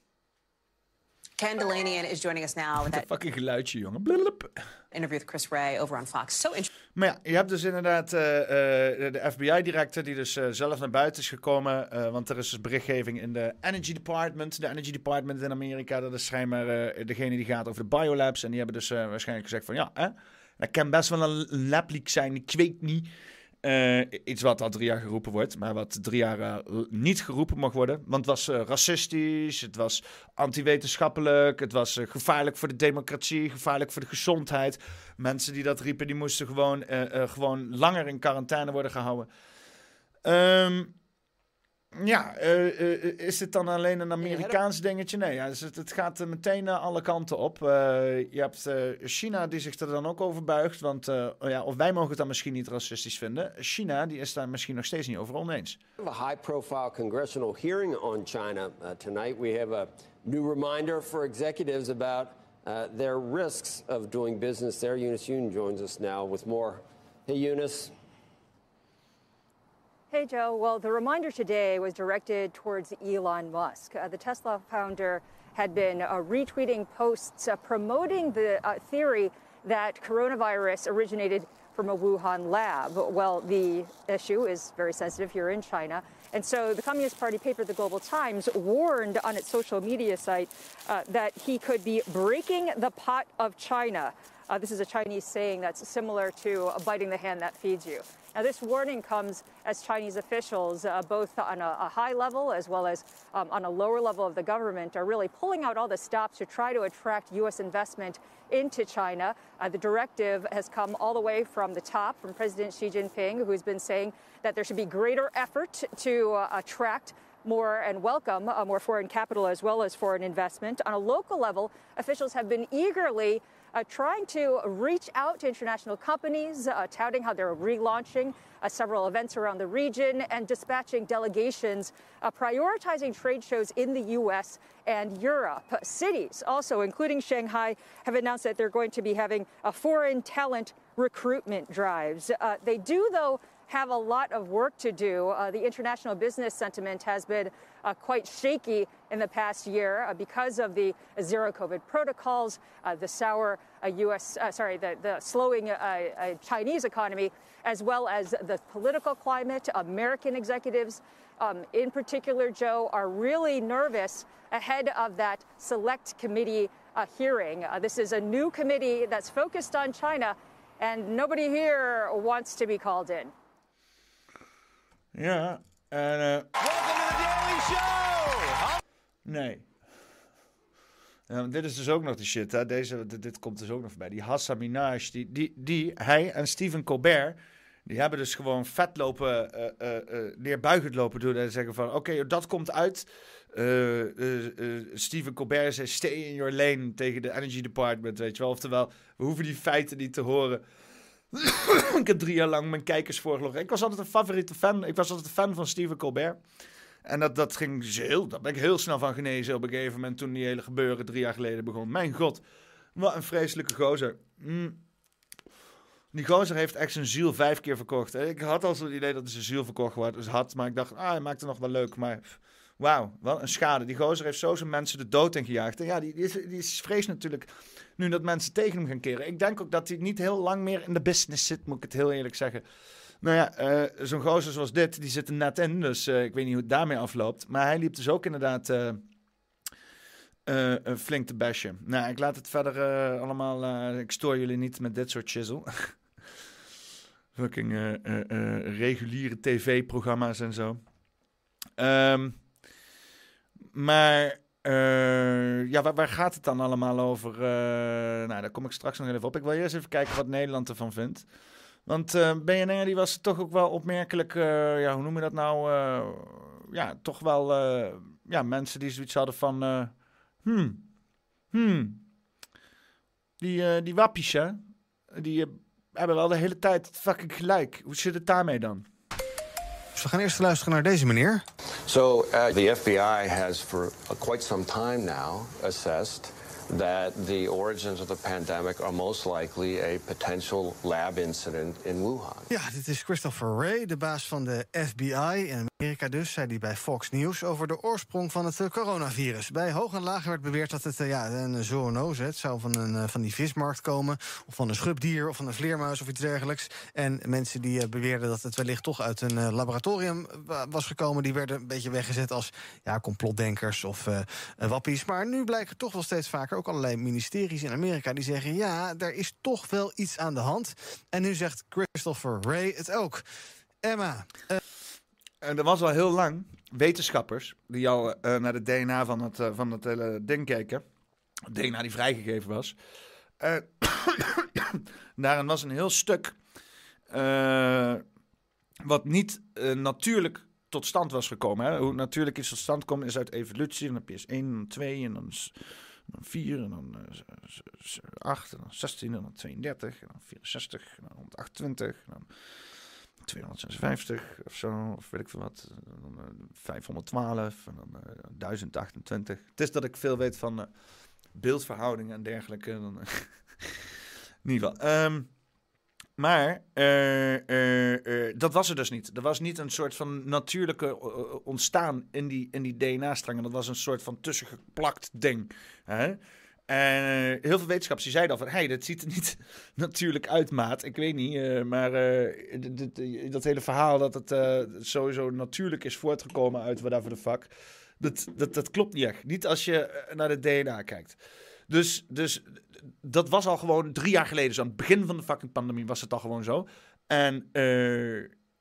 Ken Dilanian is joining us now with that fucking geluidje, jongen. Blub. Interview with Chris Wray over on Fox. So interesting. Maar ja, je hebt dus inderdaad uh, uh, de F B I-directeur die dus uh, zelf naar buiten is gekomen. Uh, want er is dus berichtgeving in de Energy Department. De Energy Department in Amerika, dat is schijnbaar uh, degene die gaat over de biolabs. En die hebben dus uh, waarschijnlijk gezegd van ja, hè, dat kan best wel een lab leak zijn. Ik weet niet. Uh, iets wat al drie jaar geroepen wordt, maar wat drie jaar uh, niet geroepen mag worden. Want het was uh, racistisch, het was anti-wetenschappelijk, het was uh, gevaarlijk voor de democratie, gevaarlijk voor de gezondheid. Mensen die dat riepen, die moesten gewoon, uh, uh, gewoon langer in quarantaine worden gehouden. Um, ja, uh, uh, is het dan alleen een Amerikaans dingetje? Nee, ja, dus het, het gaat uh, meteen uh, alle kanten op. Uh, je hebt uh, China die zich er dan ook over buigt. Want uh, ja, of wij mogen het dan misschien niet racistisch vinden. China die is daar misschien nog steeds niet over oneens. We have a high-profile congressional hearing on China uh, tonight. We have a new reminder for executives about uh, their risks of doing business there. Eunice Yoon joins us now with more. Hey, Eunice. Hey, Joe. Well, the reminder today was directed towards Elon Musk. Uh, the Tesla founder had been uh, retweeting posts uh, promoting the uh, theory that coronavirus originated from a Wuhan lab. Well, the issue is very sensitive here in China. And so the Communist Party paper, The Global Times, warned on its social media site uh, that he could be breaking the pot of China. Uh, this is a Chinese saying that's similar to biting the hand that feeds you. Now, this warning comes as Chinese officials, uh, both on a, a high level as well as um, on a lower level of the government, are really pulling out all the stops to try to attract U S investment into China. Uh, the directive has come all the way from the top, from President Xi Jinping, who's been saying that there should be greater effort to uh, attract more and welcome uh, more foreign capital as well as foreign investment. On a local level, officials have been eagerly Uh, trying to reach out to international companies, uh, touting how they're relaunching uh, several events around the region and dispatching delegations, uh, prioritizing trade shows in the U S and Europe. Cities also, including Shanghai, have announced that they're going to be having uh, foreign talent recruitment drives. Uh, they do, though, have a lot of work to do. Uh, the international business sentiment has been uh, quite shaky in the past year uh, because of the zero COVID protocols, uh, the sour uh, U S, uh, sorry, the, the slowing uh, uh, Chinese economy, as well as the political climate. American executives, um, in particular, Joe, are really nervous ahead of that select committee uh, hearing. Uh, this is a new committee that's focused on China, and nobody here wants to be called in. Ja, en... Uh... Welkom to the Daily Show! Nee. Ja, dit is dus ook nog de shit, hè. Deze, dit, dit komt dus ook nog voorbij. Die Hassan Minhaj, die, die, die, hij en Stephen Colbert, die hebben dus gewoon vet lopen, uh, uh, uh, neerbuigend lopen doen en zeggen van, oké, okay, dat komt uit. Uh, uh, uh, Stephen Colbert zei, stay in your lane tegen de Energy Department, weet je wel. Oftewel, we hoeven die feiten niet te horen. Ik heb drie jaar lang mijn kijkers voorgelogen. Ik was altijd een favoriete fan. Ik was altijd een fan van Stephen Colbert. En dat, dat ging heel, daar ben ik heel snel van genezen op een gegeven moment toen die hele gebeuren drie jaar geleden begon. Mijn god, wat een vreselijke gozer. Mm. Die gozer heeft echt zijn ziel vijf keer verkocht. Ik had al zo'n idee dat hij zijn ziel verkocht was, dus had, maar ik dacht, ah, hij maakt het nog wel leuk. Maar wauw, wat een schade. Die gozer heeft zo zijn mensen de dood ingejaagd. En ja, die, die, is, die is vrees natuurlijk nu dat mensen tegen hem gaan keren. Ik denk ook dat hij niet heel lang meer in de business zit, moet ik het heel eerlijk zeggen. Nou ja, uh, zo'n gozer zoals dit, die zit er net in. Dus uh, ik weet niet hoe het daarmee afloopt. Maar hij liep dus ook inderdaad uh, uh, uh, flink te bashen. Nou, ik laat het verder uh, allemaal... Uh, ik stoor jullie niet met dit soort shizzle. Fucking uh, uh, uh, reguliere tv-programma's en zo. Um, maar... Uh, ja, waar, waar gaat het dan allemaal over? Uh, nou, daar kom ik straks nog even op. Ik wil eerst even kijken wat Nederland ervan vindt. Want uh, B N R die was toch ook wel opmerkelijk... Uh, ja, hoe noem je dat nou? Uh, ja, toch wel... Uh, ja, mensen die zoiets hadden van... Uh, hmm, hmm. Die, uh, die wappies, hè? Die uh, hebben wel de hele tijd fucking gelijk. Hoe zit het daarmee dan? Dus we gaan eerst luisteren naar deze meneer. So uh, the F B I has for quite some time now assessed that the origins of the pandemic are most likely a potential lab incident in Wuhan. Ja, dit is Christopher Wray, de baas van de F B I in Amerika dus, zei hij bij Fox News over de oorsprong van het uh, coronavirus. Bij hoog en laag werd beweerd dat het uh, ja, een zoonose, het zou van, een, uh, van die vismarkt komen, of van een schubdier, of van een vleermuis of iets dergelijks. En mensen die uh, beweerden dat het wellicht toch uit een uh, laboratorium uh, was gekomen, die werden een beetje weggezet als ja, complotdenkers of uh, uh, wappies. Maar nu blijken toch wel steeds vaker ook allerlei ministeries in Amerika die zeggen, ja, er is toch wel iets aan de hand. En nu zegt Christopher Wray het ook. Emma. Uh... En er was al heel lang wetenschappers die al uh, naar de D N A van het, uh, van het hele ding keken. Het D N A die vrijgegeven was. Uh, daarin was een heel stuk uh, wat niet uh, natuurlijk tot stand was gekomen. Hè? Hoe natuurlijk is tot stand gekomen is uit evolutie. En dan heb je eerst één, en dan twee, en dan... dan vier, en dan uh, acht, en dan zestien, en dan tweeëndertig, en dan vierenzestig, en dan honderdachtentwintig, en dan tweehonderdzesenvijftig of zo, of weet ik veel wat. En dan uh, vijfhonderdtwaalf, en dan uh, duizend achtentwintig. Het is dat ik veel weet van uh, beeldverhoudingen en dergelijke. Dan, uh, in ieder geval. Um, Maar uh, uh, uh, dat was er dus niet. Er was niet een soort van natuurlijke uh, ontstaan in die, in die D N A-strengen. Dat was een soort van tussengeplakt ding. Hè? En uh, heel veel wetenschappers die zeiden al van... hey, dit ziet er niet natuurlijk uit, maat. Ik weet niet, uh, maar uh, d- d- d- dat hele verhaal dat het uh, sowieso natuurlijk is voortgekomen uit whatever the fuck... Dat, dat, dat klopt niet echt. Niet als je naar de D N A kijkt. Dus, dus dat was al gewoon drie jaar geleden zo. Aan het begin van de fucking pandemie was het al gewoon zo. En uh,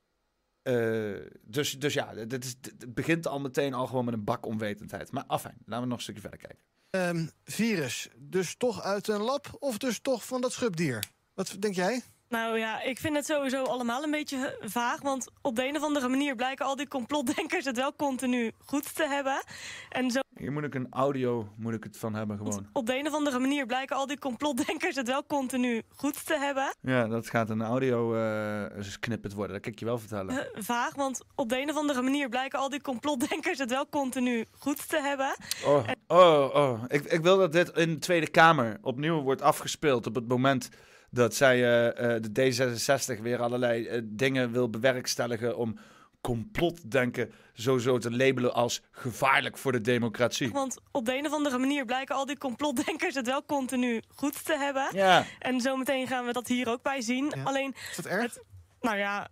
uh, dus, dus ja, dit is, het begint al meteen al gewoon met een bak onwetendheid. Maar afijn, laten we nog een stukje verder kijken. Um, virus, dus toch uit een lab of dus toch van dat schubdier? Wat denk jij? Nou ja, ik vind het sowieso allemaal een beetje vaag. Want op de een of andere manier blijken al die complotdenkers het wel continu goed te hebben. En zo... Hier moet ik een audio moet ik het van hebben gewoon. Want op de een of andere manier blijken al die complotdenkers het wel continu goed te hebben. Ja, dat gaat een audio uh, snippet worden, dat kan ik je wel vertellen. Uh, vaag, want op de een of andere manier blijken al die complotdenkers het wel continu goed te hebben. Oh, en... oh, oh. Ik, ik wil dat dit in de Tweede Kamer opnieuw wordt afgespeeld op het moment... dat zij uh, uh, de D zesenzestig weer allerlei uh, dingen wil bewerkstelligen om complotdenken sowieso te labelen als gevaarlijk voor de democratie. Want op de een of andere manier blijken al die complotdenkers het wel continu goed te hebben. Ja. En zometeen gaan we dat hier ook bij zien. Ja. Alleen, is dat erg? Het, nou ja...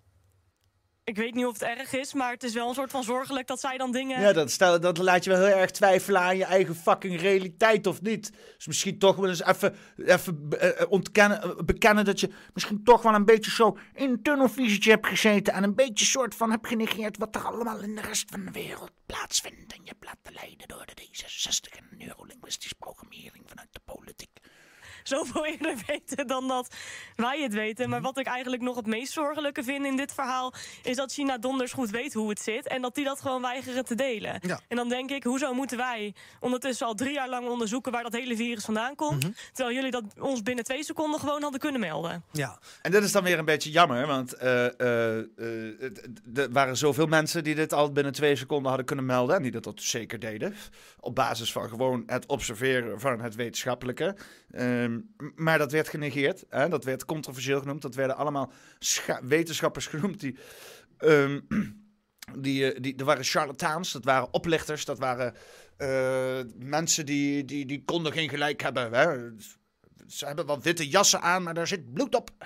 Ik weet niet of het erg is, maar het is wel een soort van zorgelijk dat zij dan dingen... Ja, dat, stel, dat laat je wel heel erg twijfelen aan je eigen fucking realiteit, of niet? Dus misschien toch wel eens even, even uh, ontkennen, bekennen dat je misschien toch wel een beetje zo in een tunnelvisietje hebt gezeten en een beetje soort van hebt genegeerd wat er allemaal in de rest van de wereld plaatsvindt. En je hebt laten leiden door de D zesenzestig en neurolinguïstische programmering vanuit de politiek. Zoveel eerder weten dan dat wij het weten. Maar wat ik eigenlijk nog het meest zorgelijke vind in dit verhaal... is dat China donders goed weet hoe het zit... en dat die dat gewoon weigeren te delen. Ja. En dan denk ik, hoezo moeten wij ondertussen al drie jaar lang onderzoeken... waar dat hele virus vandaan komt... Mm-hmm. terwijl jullie dat ons binnen twee seconden gewoon hadden kunnen melden. Ja. En dit is dan weer een beetje jammer... want uh, uh, uh, er waren zoveel mensen die dit al binnen twee seconden hadden kunnen melden... en die dat, dat zeker deden... op basis van gewoon het observeren van het wetenschappelijke... Um, Maar dat werd genegeerd. Hè? Dat werd controversieel genoemd. Dat werden allemaal scha- wetenschappers genoemd. Die, um, die, die, er waren charlatans. Dat waren oplichters. Dat waren uh, mensen die, die, die konden geen gelijk hebben. Hè? Ze hebben wel witte jassen aan, maar daar zit bloed op.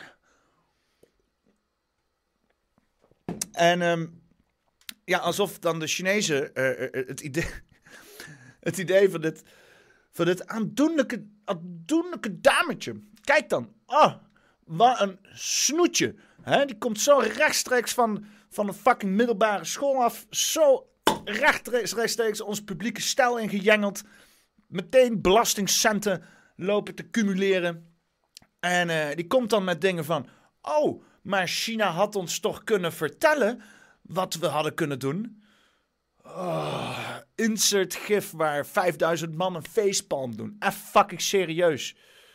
En um, ja, alsof dan de Chinezen uh, uh, het idee, het idee van dit... Van dit aandoenlijke, aandoenlijke dametje. Kijk dan. Oh, wat een snoetje. He, die komt zo rechtstreeks van, van een fucking middelbare school af. Zo rechtstreeks ons publieke stel ingejengeld. Meteen belastingcenten lopen te cumuleren. En uh, die komt dan met dingen van... Oh, maar China had ons toch kunnen vertellen wat we hadden kunnen doen... Oh, insert gif waar vijfduizend man een facepalm doen. Even fucking serieus.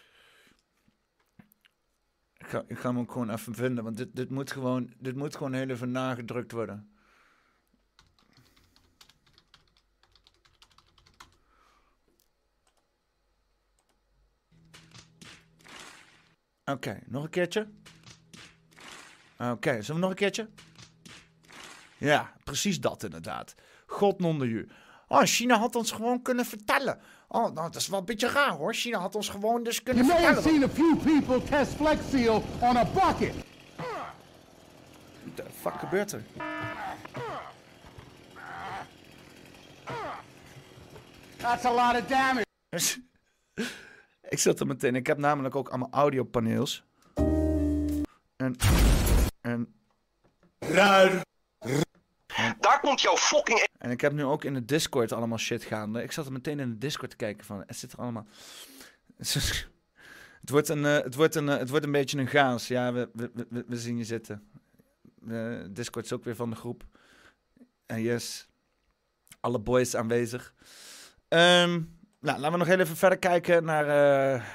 Ik ga, ik ga hem ook gewoon even vinden, want dit, dit, moet gewoon, dit moet gewoon heel even nagedrukt worden. Oké, okay, nog een keertje. Oké, okay, zullen we nog een keertje? Ja, precies dat inderdaad. God non de ju. Oh, China had ons gewoon kunnen vertellen. Oh, nou, dat is wel een beetje raar hoor. China had ons gewoon dus kunnen you vertellen. You may have seen a few people test Flex Seal on a bucket. What the fuck gebeurt er? That's a lot of damage. Ik zat er meteen. Ik heb namelijk ook allemaal audiopaneels. En... En... Raar. En, daar komt jouw fucking... En ik heb nu ook in de Discord allemaal shit gaande. Ik zat er meteen in de Discord te kijken van... Het zit er allemaal... Het wordt een, uh, het wordt een, uh, het wordt een beetje een chaos. Ja, we, we, we, we zien je zitten. Uh, Discord is ook weer van de groep. En yes. Alle boys aanwezig. Um, nou, laten we nog heel even verder kijken naar... Uh,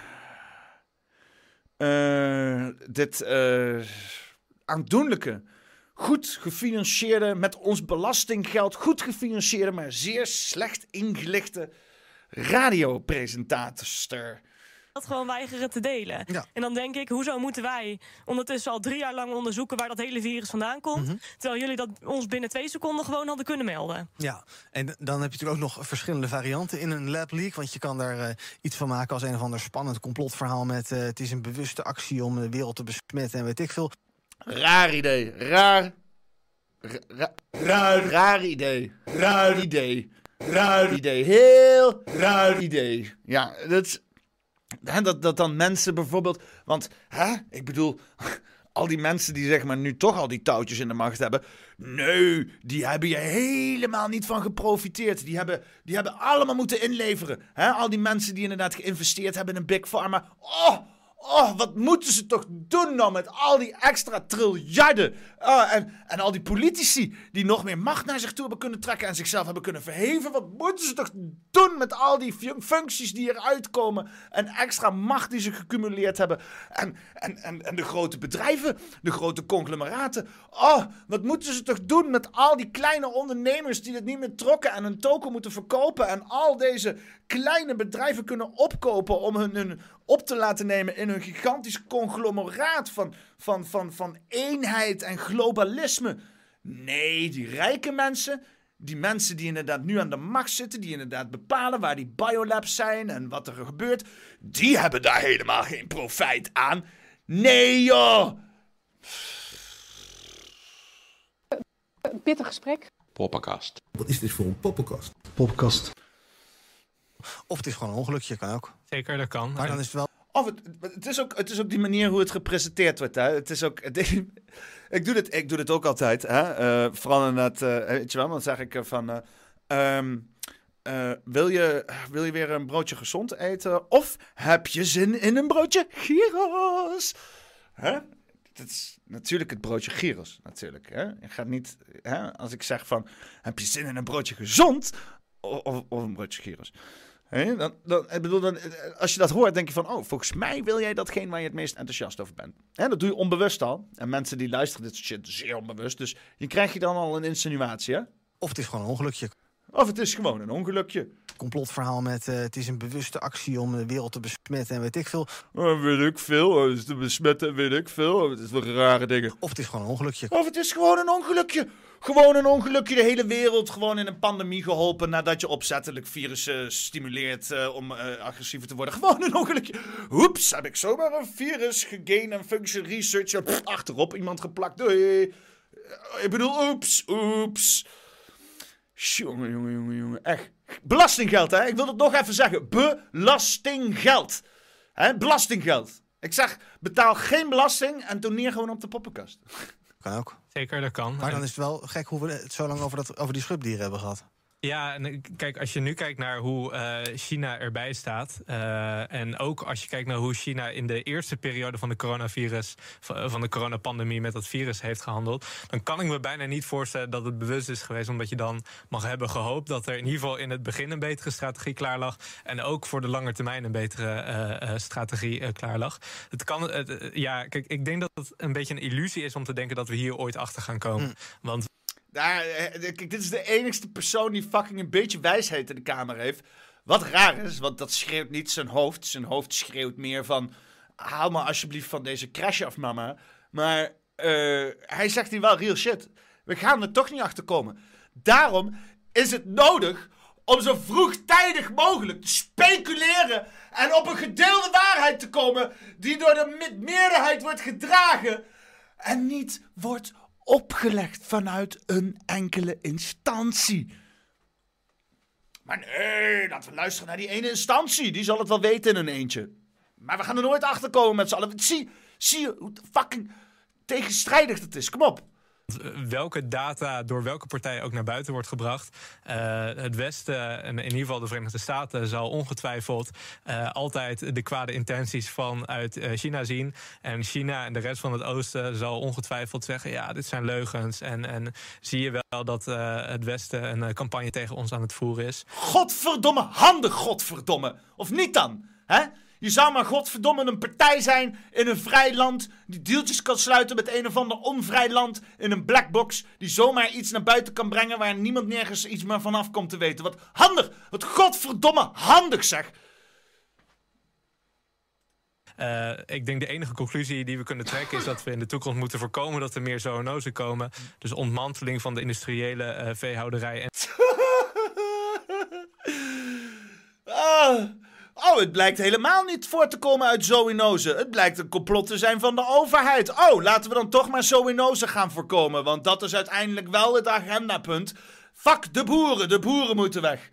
uh, dit uh, aandoenlijke... Goed gefinancierde, met ons belastinggeld goed gefinancierde, maar zeer slecht ingelichte radiopresentator. dat gewoon weigeren te delen. Ja. En dan denk ik, hoezo moeten wij ondertussen al drie jaar lang onderzoeken waar dat hele virus vandaan komt, Mm-hmm. terwijl jullie dat ons binnen twee seconden gewoon hadden kunnen melden. Ja, en dan heb je natuurlijk ook nog verschillende varianten in een lab leak. Want je kan daar uh, iets van maken als een of ander spannend complotverhaal met uh, het is een bewuste actie om de wereld te besmetten en weet ik veel. Raar idee. Raar. Ra raar. Raar idee. Raar idee. Raar idee. Heel raar idee. Ja, dat is... Hè, dat, dat dan mensen bijvoorbeeld... Want, hè, ik bedoel... Al die mensen die zeg maar nu toch al die touwtjes in de macht hebben... Nee, die hebben je helemaal niet van geprofiteerd. Die hebben, die hebben allemaal moeten inleveren. Hè? Al die mensen die inderdaad geïnvesteerd hebben in een Big Pharma. Oh, oh, wat moeten ze toch doen nou met al die extra triljarden. Oh, en, en al die politici die nog meer macht naar zich toe hebben kunnen trekken... en zichzelf hebben kunnen verheven. Wat moeten ze toch doen met al die fun- functies die eruit komen... en extra macht die ze gecumuleerd hebben. En, en, en, en de grote bedrijven, de grote conglomeraten. Oh, wat moeten ze toch doen met al die kleine ondernemers... die het niet meer trokken en hun token moeten verkopen... en al deze kleine bedrijven kunnen opkopen... om hun, hun op te laten nemen in hun gigantisch conglomeraat... van, van, van, van eenheid en globalisme. Nee, die rijke mensen... Die mensen die inderdaad nu aan de macht zitten... die inderdaad bepalen waar die biolabs zijn... en wat er gebeurt... die hebben daar helemaal geen profijt aan. Nee, joh! Pittig gesprek. Poppenkast. Wat is dit voor een poppenkast? Poppenkast. Of het is gewoon een ongelukje, kan ook. Zeker, dat kan. Maar dan is het wel... Of het, het, is ook, het is ook die manier hoe het gepresenteerd wordt. Hè? Het is ook, het, ik, doe dit, ik doe dit ook altijd. Hè? Uh, vooral in het, uh, weet je wel, dan zeg ik uh, van... Uh, um, uh, wil, je, wil je weer een broodje gezond eten? Of heb je zin in een broodje gyros? Hè? Dat is natuurlijk het broodje gyros, natuurlijk. Hè? Je gaat niet, hè? Als ik zeg van, heb je zin in een broodje gezond? Of, of, of een broodje gyros? He, dan, dan, ik bedoel, dan, als je dat hoort, denk je van... oh, volgens mij wil jij datgene waar je het meest enthousiast over bent. He, dat doe je onbewust al. En mensen die luisteren dit soort shit zeer onbewust. Dus je krijgt je dan al een insinuatie, hè? Of het is gewoon een ongelukje. Of het is gewoon een ongelukje. Complotverhaal met uh, het is een bewuste actie om de wereld te besmetten en weet ik veel. Oh, weet ik veel. Oh, te besmetten, weet ik veel. Oh, het is wel rare dingen. Of het is gewoon een ongelukje. Of het is gewoon een ongelukje. Gewoon een ongelukje. De hele wereld gewoon in een pandemie geholpen... nadat je opzettelijk virussen stimuleert uh, om uh, agressiever te worden. Gewoon een ongelukje. Oeps, heb ik zomaar een virus gegain en function research... Pff, achterop iemand geplakt. Doei. Uh, ik bedoel, oeps, oeps. Jongen, jongen, jongen, jongen. Echt. Belastinggeld, hè? Ik wil het nog even zeggen. Belastinggeld. Hè? Belastinggeld. Ik zeg, betaal geen belasting en toneer gewoon op de poppenkast. Kan ook. Zeker, dat kan. Maar dan is het wel gek hoe we het zo lang over, dat, over die schubdieren hebben gehad. Ja, en kijk, als je nu kijkt naar hoe uh, China erbij staat... Uh, en ook als je kijkt naar hoe China in de eerste periode van de coronavirus... van de coronapandemie met dat virus heeft gehandeld... dan kan ik me bijna niet voorstellen dat het bewust is geweest... omdat je dan mag hebben gehoopt dat er in ieder geval in het begin... een betere strategie klaar lag... en ook voor de lange termijn een betere uh, uh, strategie uh, klaar lag. Het kan, uh, ja, kijk, ik denk dat het een beetje een illusie is om te denken... dat we hier ooit achter gaan komen. Hm. Want... Daar, kijk, dit is de enigste persoon die fucking een beetje wijsheid in de kamer heeft. Wat raar is, want dat schreeuwt niet zijn hoofd. Zijn hoofd schreeuwt meer van... haal me alsjeblieft van deze crash af, mama. Maar uh, hij zegt hier wel real shit. We gaan er toch niet achter komen. Daarom is het nodig om zo vroegtijdig mogelijk te speculeren... en op een gedeelde waarheid te komen... die door de meerderheid wordt gedragen... en niet wordt opgelegd vanuit een enkele instantie. Maar nee, laten we luisteren naar die ene instantie. Die zal het wel weten in een eentje. Maar we gaan er nooit achter komen met z'n allen. Zie, zie je hoe fucking tegenstrijdig het is. Kom op. Welke data door welke partij ook naar buiten wordt gebracht. Uh, het Westen, en in ieder geval de Verenigde Staten... zal ongetwijfeld uh, altijd de kwade intenties vanuit uh, China zien. En China en de rest van het Oosten zal ongetwijfeld zeggen... ja, dit zijn leugens. En, en zie je wel dat uh, het Westen een uh, campagne tegen ons aan het voeren is. Godverdomme, handig godverdomme. Of niet dan, hè? Je zou maar godverdomme een partij zijn in een vrij land... die deeltjes kan sluiten met een of ander onvrij land... in een blackbox die zomaar iets naar buiten kan brengen... waar niemand nergens iets meer vanaf komt te weten. Wat handig, wat godverdomme handig zeg. Uh, ik denk de enige conclusie die we kunnen trekken is dat we in de toekomst moeten voorkomen dat er meer zoonosen komen. Dus ontmanteling van de industriële uh, veehouderij. En... oh. oh, het blijkt helemaal niet voor te komen uit zoonozen. Het blijkt een complot te zijn van de overheid. Oh, laten we dan toch maar zoonosen gaan voorkomen. Want dat is uiteindelijk wel het agendapunt. Fuck de boeren, de boeren moeten weg.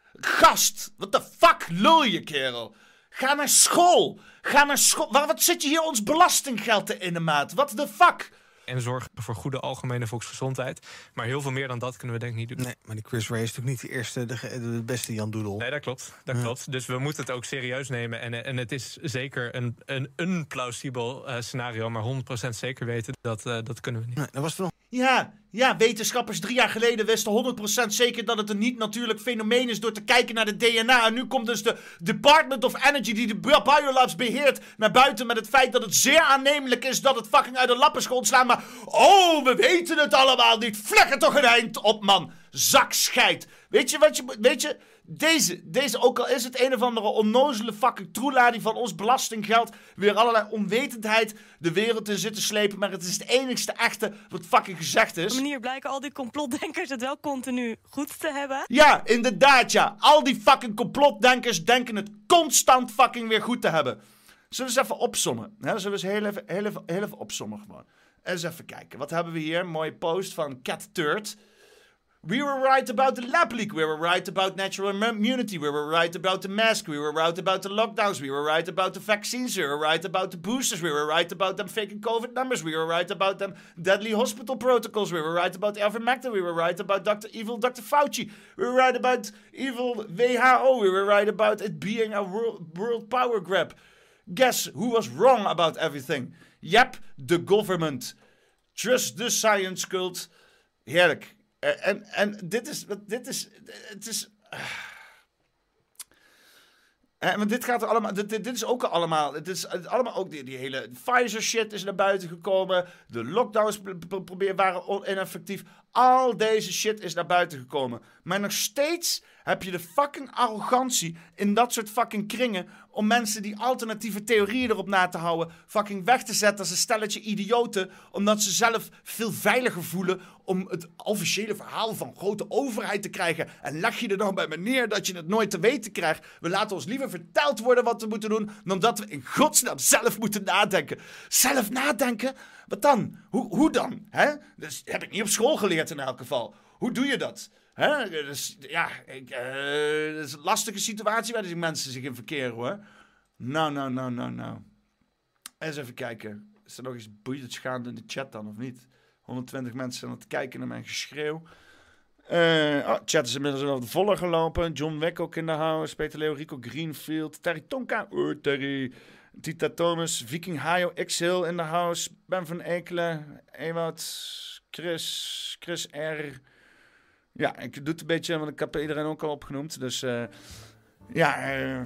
Gast, wat de fuck lul je, kerel? Ga naar school. Ga naar school. Wat zit je hier ons belastinggeld te in de maat? Wat de fuck? En zorgen voor goede algemene volksgezondheid. Maar heel veel meer dan dat kunnen we denk ik niet doen. Nee, maar die Chris Ray is natuurlijk niet de eerste, de, de beste Jan Doedel. Nee, dat klopt. Dat ja. klopt. Dus we moeten het ook serieus nemen. En, en het is zeker een, een, een plausibel uh, scenario. Maar honderd procent zeker weten, dat, uh, dat kunnen we niet. Nee, dat was nog... Ja, ja, wetenschappers drie jaar geleden wisten honderd procent zeker dat het een niet-natuurlijk fenomeen is door te kijken naar de D N A. En nu komt dus de Department of Energy, die de biolabs beheert, naar buiten met het feit dat het zeer aannemelijk is dat het fucking uit de lappen is ontslaan. Maar, oh, we weten het allemaal niet. Vlek er toch een eind op, man. Zakscheit. Weet je wat je... Weet je... Deze, deze, ook al is het een of andere onnozele fucking troela die van ons belastinggeld weer allerlei onwetendheid de wereld in zit te slepen, maar het is het enigste echte wat fucking gezegd is. Op een manier blijken al die complotdenkers het wel continu goed te hebben. Ja, inderdaad, ja. Al die fucking complotdenkers denken het constant fucking weer goed te hebben. Zullen we eens even opsommen? Hè? Zullen we eens heel even, heel even, heel even opsommen gewoon. Eens even kijken. Wat hebben we hier? Een mooie post van Cat Turd. We were right about the lab leak. We were right about natural immunity. We were right about the mask. We were right about the lockdowns. We were right about the vaccines. We were right about the boosters. We were right about them faking COVID numbers. We were right about them deadly hospital protocols. We were right about ivermectin. We were right about Doctor Evil Doctor Fauci. We were right about evil W H O. We were right about it being a world, world power grab. Guess who was wrong about everything? Yep, the government. Trust the science cult. Heerlijk. Uh, en, en dit is, dit is, het is, uh, uh, maar dit gaat er allemaal, dit, dit, dit is ook allemaal, het is het allemaal ook die, die hele Pfizer shit is naar buiten gekomen, de lockdowns pro- probeer waren ineffectief, al deze shit is naar buiten gekomen. Maar nog steeds heb je de fucking arrogantie in dat soort fucking kringen om mensen die alternatieve theorieën erop na te houden fucking weg te zetten als een stelletje idioten, omdat ze zelf veel veiliger voelen om het officiële verhaal van grote overheid te krijgen. En leg je er dan bij me neer dat je het nooit te weten krijgt. We laten ons liever verteld worden wat we moeten doen, dan dat we in godsnaam zelf moeten nadenken. Zelf nadenken? Wat dan? Hoe, hoe dan? Hè? Dus heb ik niet op school geleerd in elk geval. Hoe doe je dat? Hè? Dus, ja, ik, uh, dat is een lastige situatie waar die mensen zich in verkeren, hoor. Nou, nou, nou, nou, nou. Eens even kijken. Is er nog iets boeiends gaande in de chat dan, of niet? honderdtwintig mensen aan het kijken naar mijn geschreeuw. Uh, oh, chat is inmiddels wel de volle gelopen. John Wick ook in de house. Peter Leo, Rico Greenfield. Terry Tonka. Oh, Terry. Tita Thomas. Viking Hayo. X-Hill in de house. Ben van Ekelen. Ewout. Chris. Chris R. Ja, ik doe het een beetje, want ik heb iedereen ook al opgenoemd. Dus uh, ja, uh,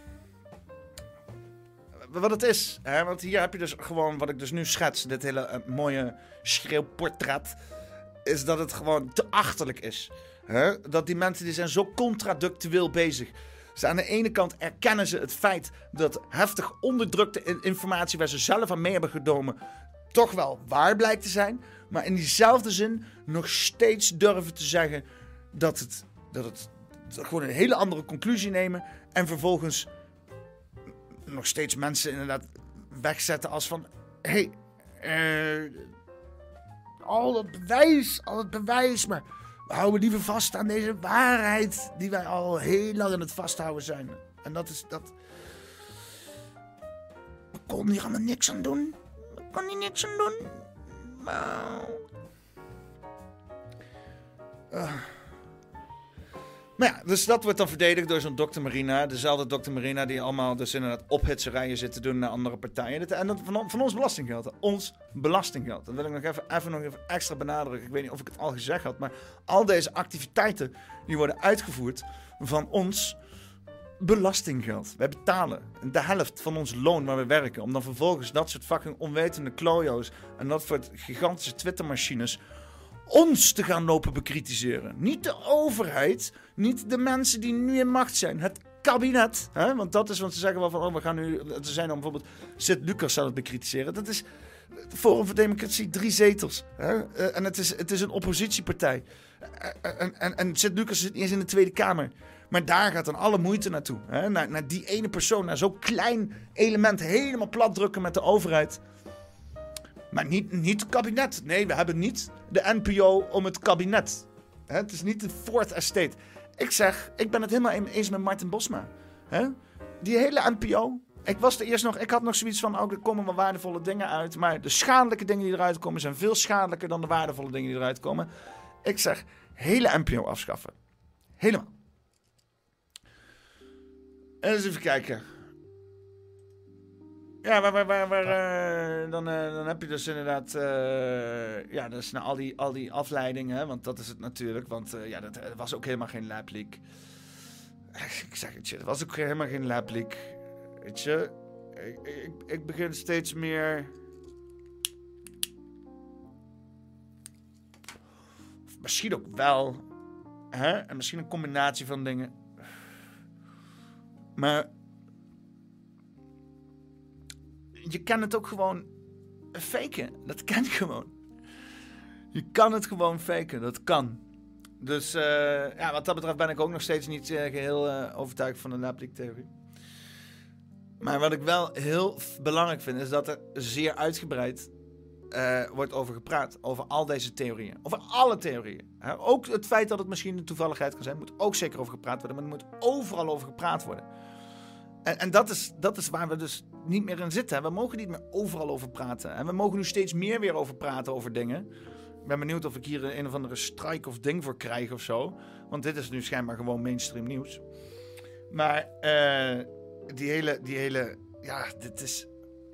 wat het is. Hè? Want hier heb je dus gewoon, wat ik dus nu schets, dit hele uh, mooie schreeuwportret, is dat het gewoon te achterlijk is. Hè? Dat die mensen die zijn zo contradictueel bezig. Dus aan de ene kant erkennen ze het feit dat heftig onderdrukte informatie waar ze zelf aan mee hebben genomen toch wel waar blijkt te zijn. Maar in diezelfde zin nog steeds durven te zeggen dat het, dat het dat gewoon een hele andere conclusie nemen. En vervolgens nog steeds mensen inderdaad wegzetten als van, hé, hey, uh, al dat bewijs, al het bewijs, maar we houden liever vast aan deze waarheid die wij al heel lang aan het vasthouden zijn. En dat is dat. We konden hier allemaal niks aan doen. We konden hier niks aan doen. Maar... Uh. Maar ja, dus dat wordt dan verdedigd door zo'n dokter Marina. Dezelfde dokter Marina die allemaal dus inderdaad ophitserijen zit te doen naar andere partijen. En dat van, van ons belastinggeld. Ons belastinggeld. Dat wil ik nog even, even, nog even extra benadrukken. Ik weet niet of ik het al gezegd had. Maar al deze activiteiten die worden uitgevoerd van ons belastinggeld. Wij betalen de helft van ons loon waar we werken. Om dan vervolgens dat soort fucking onwetende klojo's en dat soort gigantische Twittermachines ons te gaan lopen bekritiseren. Niet de overheid, niet de mensen die nu in macht zijn. Het kabinet, hè? Want dat is, want ze zeggen wel van, oh, we gaan nu, ze zijn dan bijvoorbeeld, Sint-Lucas zal het bekritiseren. Dat is Forum voor Democratie, drie zetels. Hè? Uh, en het is, het is een oppositiepartij. Uh, en en, en Sint-Lucas zit niet eens in de Tweede Kamer. Maar daar gaat dan alle moeite naartoe. Hè? Naar, naar die ene persoon, naar zo'n klein element helemaal plat drukken met de overheid. Maar niet, niet het kabinet. Nee, we hebben niet de N P O om het kabinet. Hè? Het is niet de Fourth Estate. Ik zeg, ik ben het helemaal eens met Martin Bosma. Hè? Die hele N P O. Ik was er eerst nog, ik had nog zoiets van, oh, er komen wel waardevolle dingen uit. Maar de schadelijke dingen die eruit komen zijn veel schadelijker dan de waardevolle dingen die eruit komen. Ik zeg, hele N P O afschaffen. Helemaal. En eens even kijken. Ja, waar, waar, waar, waar uh, dan, uh, dan heb je dus inderdaad, uh, ja, dus nou, al, die, al die afleidingen, hè, want dat is het natuurlijk, want uh, ja, dat, dat was ook helemaal geen lab leak. Ik zeg het je, dat was ook helemaal geen lab leak. Weet je, ik, ik, ik begin steeds meer, of misschien ook wel, hè, en misschien een combinatie van dingen, maar je kan het ook gewoon faken. Dat kan gewoon. Je kan het gewoon faken. Dat kan. Dus uh, ja, wat dat betreft ben ik ook nog steeds niet uh, geheel uh, overtuigd van de lab leak theorie. Maar wat ik wel heel f- belangrijk vind, is dat er zeer uitgebreid uh, wordt over gepraat. Over al deze theorieën. Over alle theorieën. Hè? Ook het feit dat het misschien een toevalligheid kan zijn, moet ook zeker over gepraat worden. Maar er moet overal over gepraat worden. En, en dat, is, dat is waar we dus niet meer in zitten. Hè? We mogen niet meer overal over praten. En we mogen nu steeds meer weer over praten over dingen. Ik ben benieuwd of ik hier een of andere strike of ding voor krijg of zo. Want dit is nu schijnbaar gewoon mainstream nieuws. Maar uh, die hele, die hele, ja, dit is...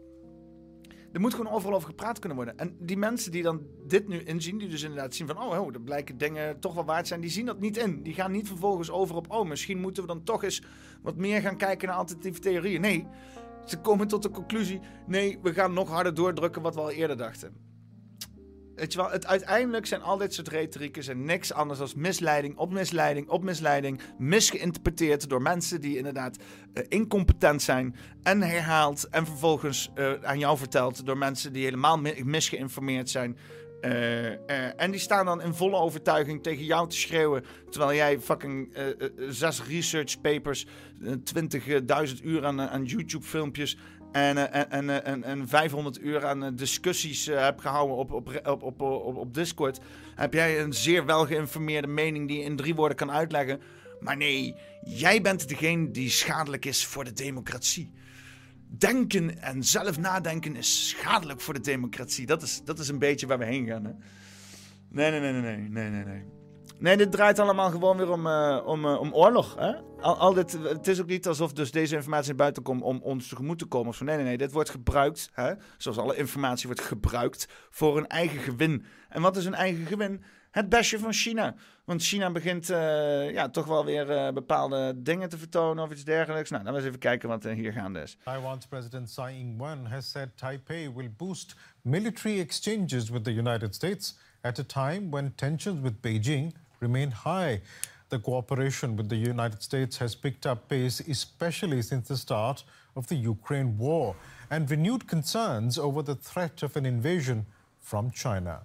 Er moet gewoon overal over gepraat kunnen worden. En die mensen die dan dit nu inzien, die dus inderdaad zien van, oh, oh, er blijken dingen toch wel waard zijn, die zien dat niet in. Die gaan niet vervolgens over op, oh, misschien moeten we dan toch eens wat meer gaan kijken naar alternatieve theorieën. Nee, ze komen tot de conclusie, nee, we gaan nog harder doordrukken wat we al eerder dachten. Weet je wel, het, uiteindelijk zijn al dit soort retorieken zijn niks anders dan misleiding op misleiding op misleiding. Misgeïnterpreteerd door mensen die inderdaad uh, incompetent zijn. En herhaald en vervolgens uh, aan jou verteld door mensen die helemaal mi- misgeïnformeerd zijn. Uh, uh, en die staan dan in volle overtuiging tegen jou te schreeuwen. Terwijl jij fucking uh, uh, zes research papers, uh, twintigduizend uur aan, uh, aan YouTube filmpjes... En, en, en, en, en vijfhonderd uur aan discussies uh, heb gehouden op, op, op, op, op, op Discord. Heb jij een zeer welgeïnformeerde mening die je in drie woorden kan uitleggen. Maar nee, jij bent degene die schadelijk is voor de democratie. Denken en zelf nadenken is schadelijk voor de democratie. Dat is, dat is een beetje waar we heen gaan. Hè? Nee, nee, nee, nee, nee, nee, nee. Nee, dit draait allemaal gewoon weer om, uh, om, uh, om oorlog. Hè? Al, al dit, het is ook niet alsof dus deze informatie naar buiten komt om ons tegemoet te komen. Of zo. Nee, nee, nee. Dit wordt gebruikt, hè? Zoals alle informatie wordt gebruikt, voor een eigen gewin. En wat is een eigen gewin? Het bestje van China. Want China begint uh, ja, toch wel weer uh, bepaalde dingen te vertonen of iets dergelijks. Nou, dan eens even kijken wat uh, hier gaande is. Taiwan's President Tsai Ing-wen has said Taipei will boost military exchanges with the United States at a time when tensions with Beijing remain high. The cooperation with the United States has picked up pace, especially since the start of the Ukraine war, and renewed concerns over the threat of an invasion from China.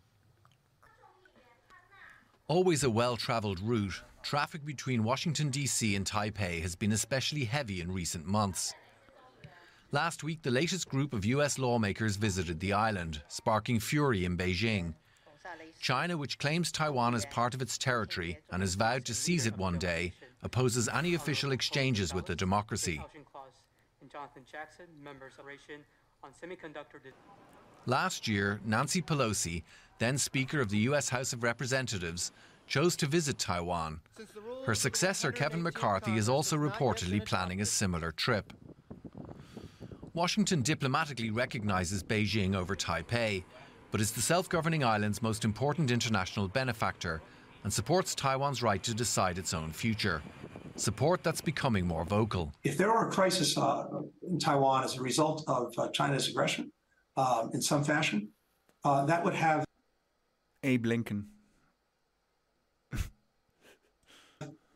Always a well-traveled route, traffic between Washington, D C and Taipei has been especially heavy in recent months. Last week, the latest group of U S lawmakers visited the island, sparking fury in Beijing. China, which claims Taiwan as part of its territory and has vowed to seize it one day, opposes any official exchanges with the democracy. Last year, Nancy Pelosi, then Speaker of the U S House of Representatives, chose to visit Taiwan. Her successor, Kevin McCarthy, is also reportedly planning a similar trip. Washington diplomatically recognizes Beijing over Taipei, but is the self-governing island's most important international benefactor and supports Taiwan's right to decide its own future. Support that's becoming more vocal. If there were a crisis uh, in Taiwan as a result of uh, China's aggression uh, in some fashion, uh, that would have... Abe Lincoln.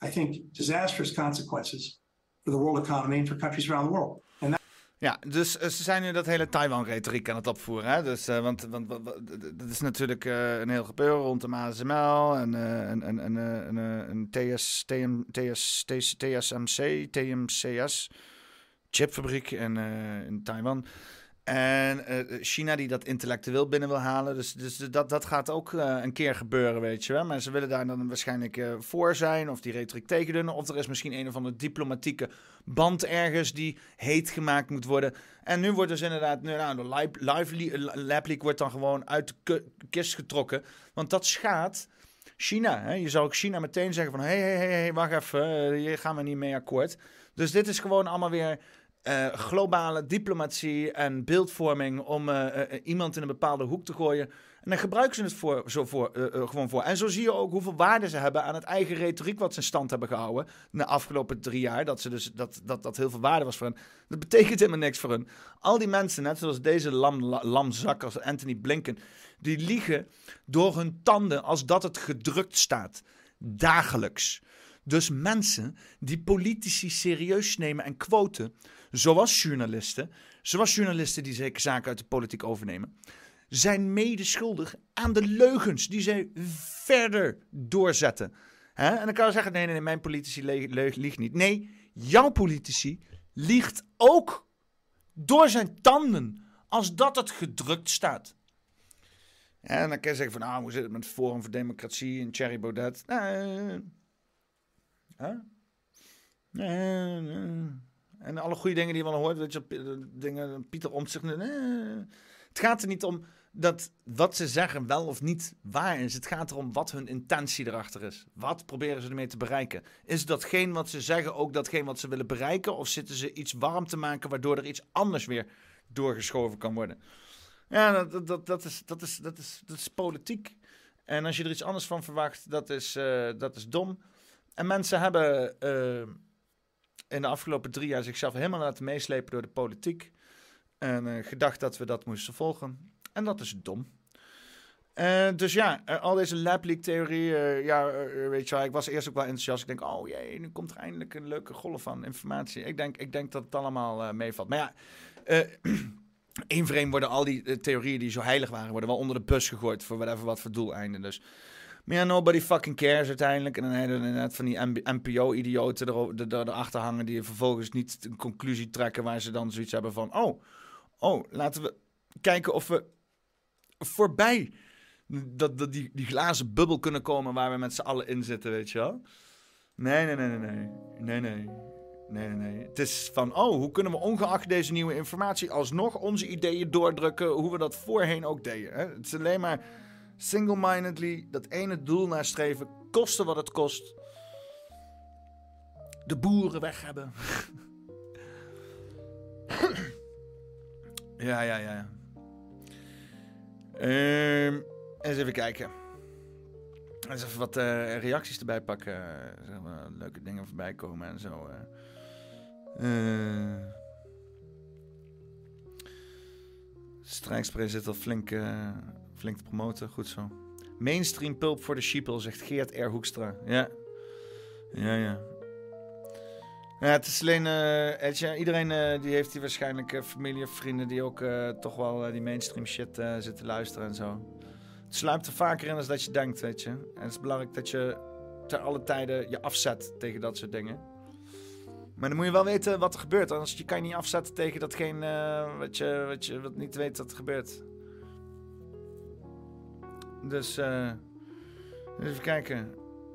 I think, disastrous consequences for the world economy and for countries around the world. And that Ja, dus uh, ze zijn nu dat hele Taiwan-retoriek aan het opvoeren. Hè? Dus, uh, want want dat is natuurlijk uh, een heel gebeuren rond de A S M L en uh, een, een, een, een, een T S, T M, T S, T S M C, T M C S, chipfabriek in, uh, in Taiwan. En uh, China die dat intellectueel binnen wil halen. Dus, dus dat, dat gaat ook uh, een keer gebeuren, weet je wel. Maar ze willen daar dan waarschijnlijk uh, voor zijn. Of die retoriek tegen doen. Of er is misschien een of andere diplomatieke band ergens die heet gemaakt moet worden. En nu wordt dus inderdaad... Nou, de live, live lab leak wordt dan gewoon uit de kist getrokken. Want dat schaadt China. Hè? Je zou ook China meteen zeggen van... Hé, hé, hé, wacht even. Hier gaan we niet mee akkoord. Dus dit is gewoon allemaal weer... Uh, globale diplomatie en beeldvorming om uh, uh, iemand in een bepaalde hoek te gooien. En dan gebruiken ze het voor, zo voor, uh, uh, gewoon voor. En zo zie je ook hoeveel waarde ze hebben aan het eigen retoriek wat ze in stand hebben gehouden de afgelopen drie jaar. Dat, ze dus, dat, dat, dat heel veel waarde was voor hen. Dat betekent helemaal niks voor hen. Al die mensen, net zoals deze lam, lamzak als Anthony Blinken, die liegen door hun tanden als dat het gedrukt staat. Dagelijks. Dus mensen die politici serieus nemen en quoten, zoals journalisten, zoals journalisten die zeker zaken uit de politiek overnemen, zijn medeschuldig aan de leugens die zij verder doorzetten. Hè? En dan kan je zeggen, nee, nee, nee, mijn politici le- le- liegt niet. Nee, jouw politici liegt ook door zijn tanden, als dat het gedrukt staat. En dan kan je zeggen van, nou, hoe zit het met het Forum voor Democratie en Thierry Baudet? Nee. Huh? Nee, nee. En alle goede dingen die je wel hoort, weet je, dingen, Pieter Omtzigt. Nee. Het gaat er niet om dat wat ze zeggen wel of niet waar is. Het gaat erom wat hun intentie erachter is. Wat proberen ze ermee te bereiken? Is datgene wat ze zeggen ook datgene wat ze willen bereiken? Of zitten ze iets warm te maken waardoor er iets anders weer doorgeschoven kan worden? Ja, dat, dat, dat, is, dat, is, dat, is, dat is politiek. En als je er iets anders van verwacht, dat is, uh, dat is dom. En mensen hebben uh, in de afgelopen drie jaar zichzelf helemaal laten meeslepen door de politiek. En uh, gedacht dat we dat moesten volgen. En dat is dom. Uh, dus ja, uh, al deze lab leak theorie, uh, ja, uh, weet je wel, ik was eerst ook wel enthousiast. Ik denk, oh jee, nu komt er eindelijk een leuke golf van informatie. Ik denk, ik denk dat het allemaal uh, meevalt. Maar ja, uh, één vreemd worden al die uh, theorieën die zo heilig waren, worden wel onder de bus gegooid voor whatever wat voor doeleinden. Dus maar ja, nobody fucking cares uiteindelijk. En dan hebben we inderdaad van die M P O-idioten er, er, er, erachter hangen die vervolgens niet een conclusie trekken waar ze dan zoiets hebben van, oh, oh, laten we kijken of we voorbij dat, dat die, die glazen bubbel kunnen komen waar we met z'n allen in zitten, weet je wel. Nee, nee, nee, nee, nee, nee, nee, nee, nee. Het is van, oh, hoe kunnen we ongeacht deze nieuwe informatie alsnog onze ideeën doordrukken, hoe we dat voorheen ook deden. Hè? Het is alleen maar single-mindedly dat ene doel nastreven, koste wat het kost. De boeren weg hebben. ja, ja, ja. Um, eens even kijken. Eens even wat uh, reacties erbij pakken. Uh, leuke dingen voorbij komen en zo. Uh. Uh. Strijkspray zit al flink, uh, flink te promoten. Goed zo. Mainstream pulp voor de sheeple, zegt Geert R. Hoekstra. Ja. Ja, ja. Ja, het is alleen, uh, je, iedereen uh, die heeft hier waarschijnlijk uh, familie of vrienden die ook uh, toch wel uh, die mainstream shit uh, zitten luisteren en zo. Het sluipt er vaker in als dat je denkt, weet je. En het is belangrijk dat je ter alle tijden je afzet tegen dat soort dingen. Maar dan moet je wel weten wat er gebeurt. Anders je kan je niet afzetten tegen datgene uh, wat, je, wat je wat niet weet dat er gebeurt. Dus, uh, even kijken.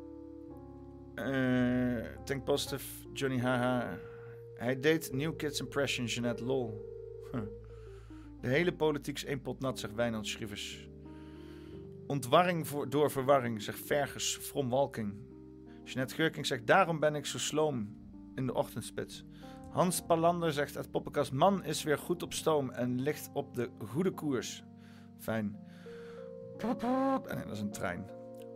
Uh, think positive, Johnny Haha. Hij deed New Kids Impression, Jeanette Lol. Huh. De hele politiek is één pot nat, zegt Wijnand Schrivers. Ontwarring voor, door verwarring, zegt Vergers From Walking. Jeanette Geurking zegt, daarom ben ik zo sloom in de ochtendspits. Hans Palander zegt, het poppenkast man is weer goed op stoom en ligt op de goede koers. Fijn. Nee, dat is een trein.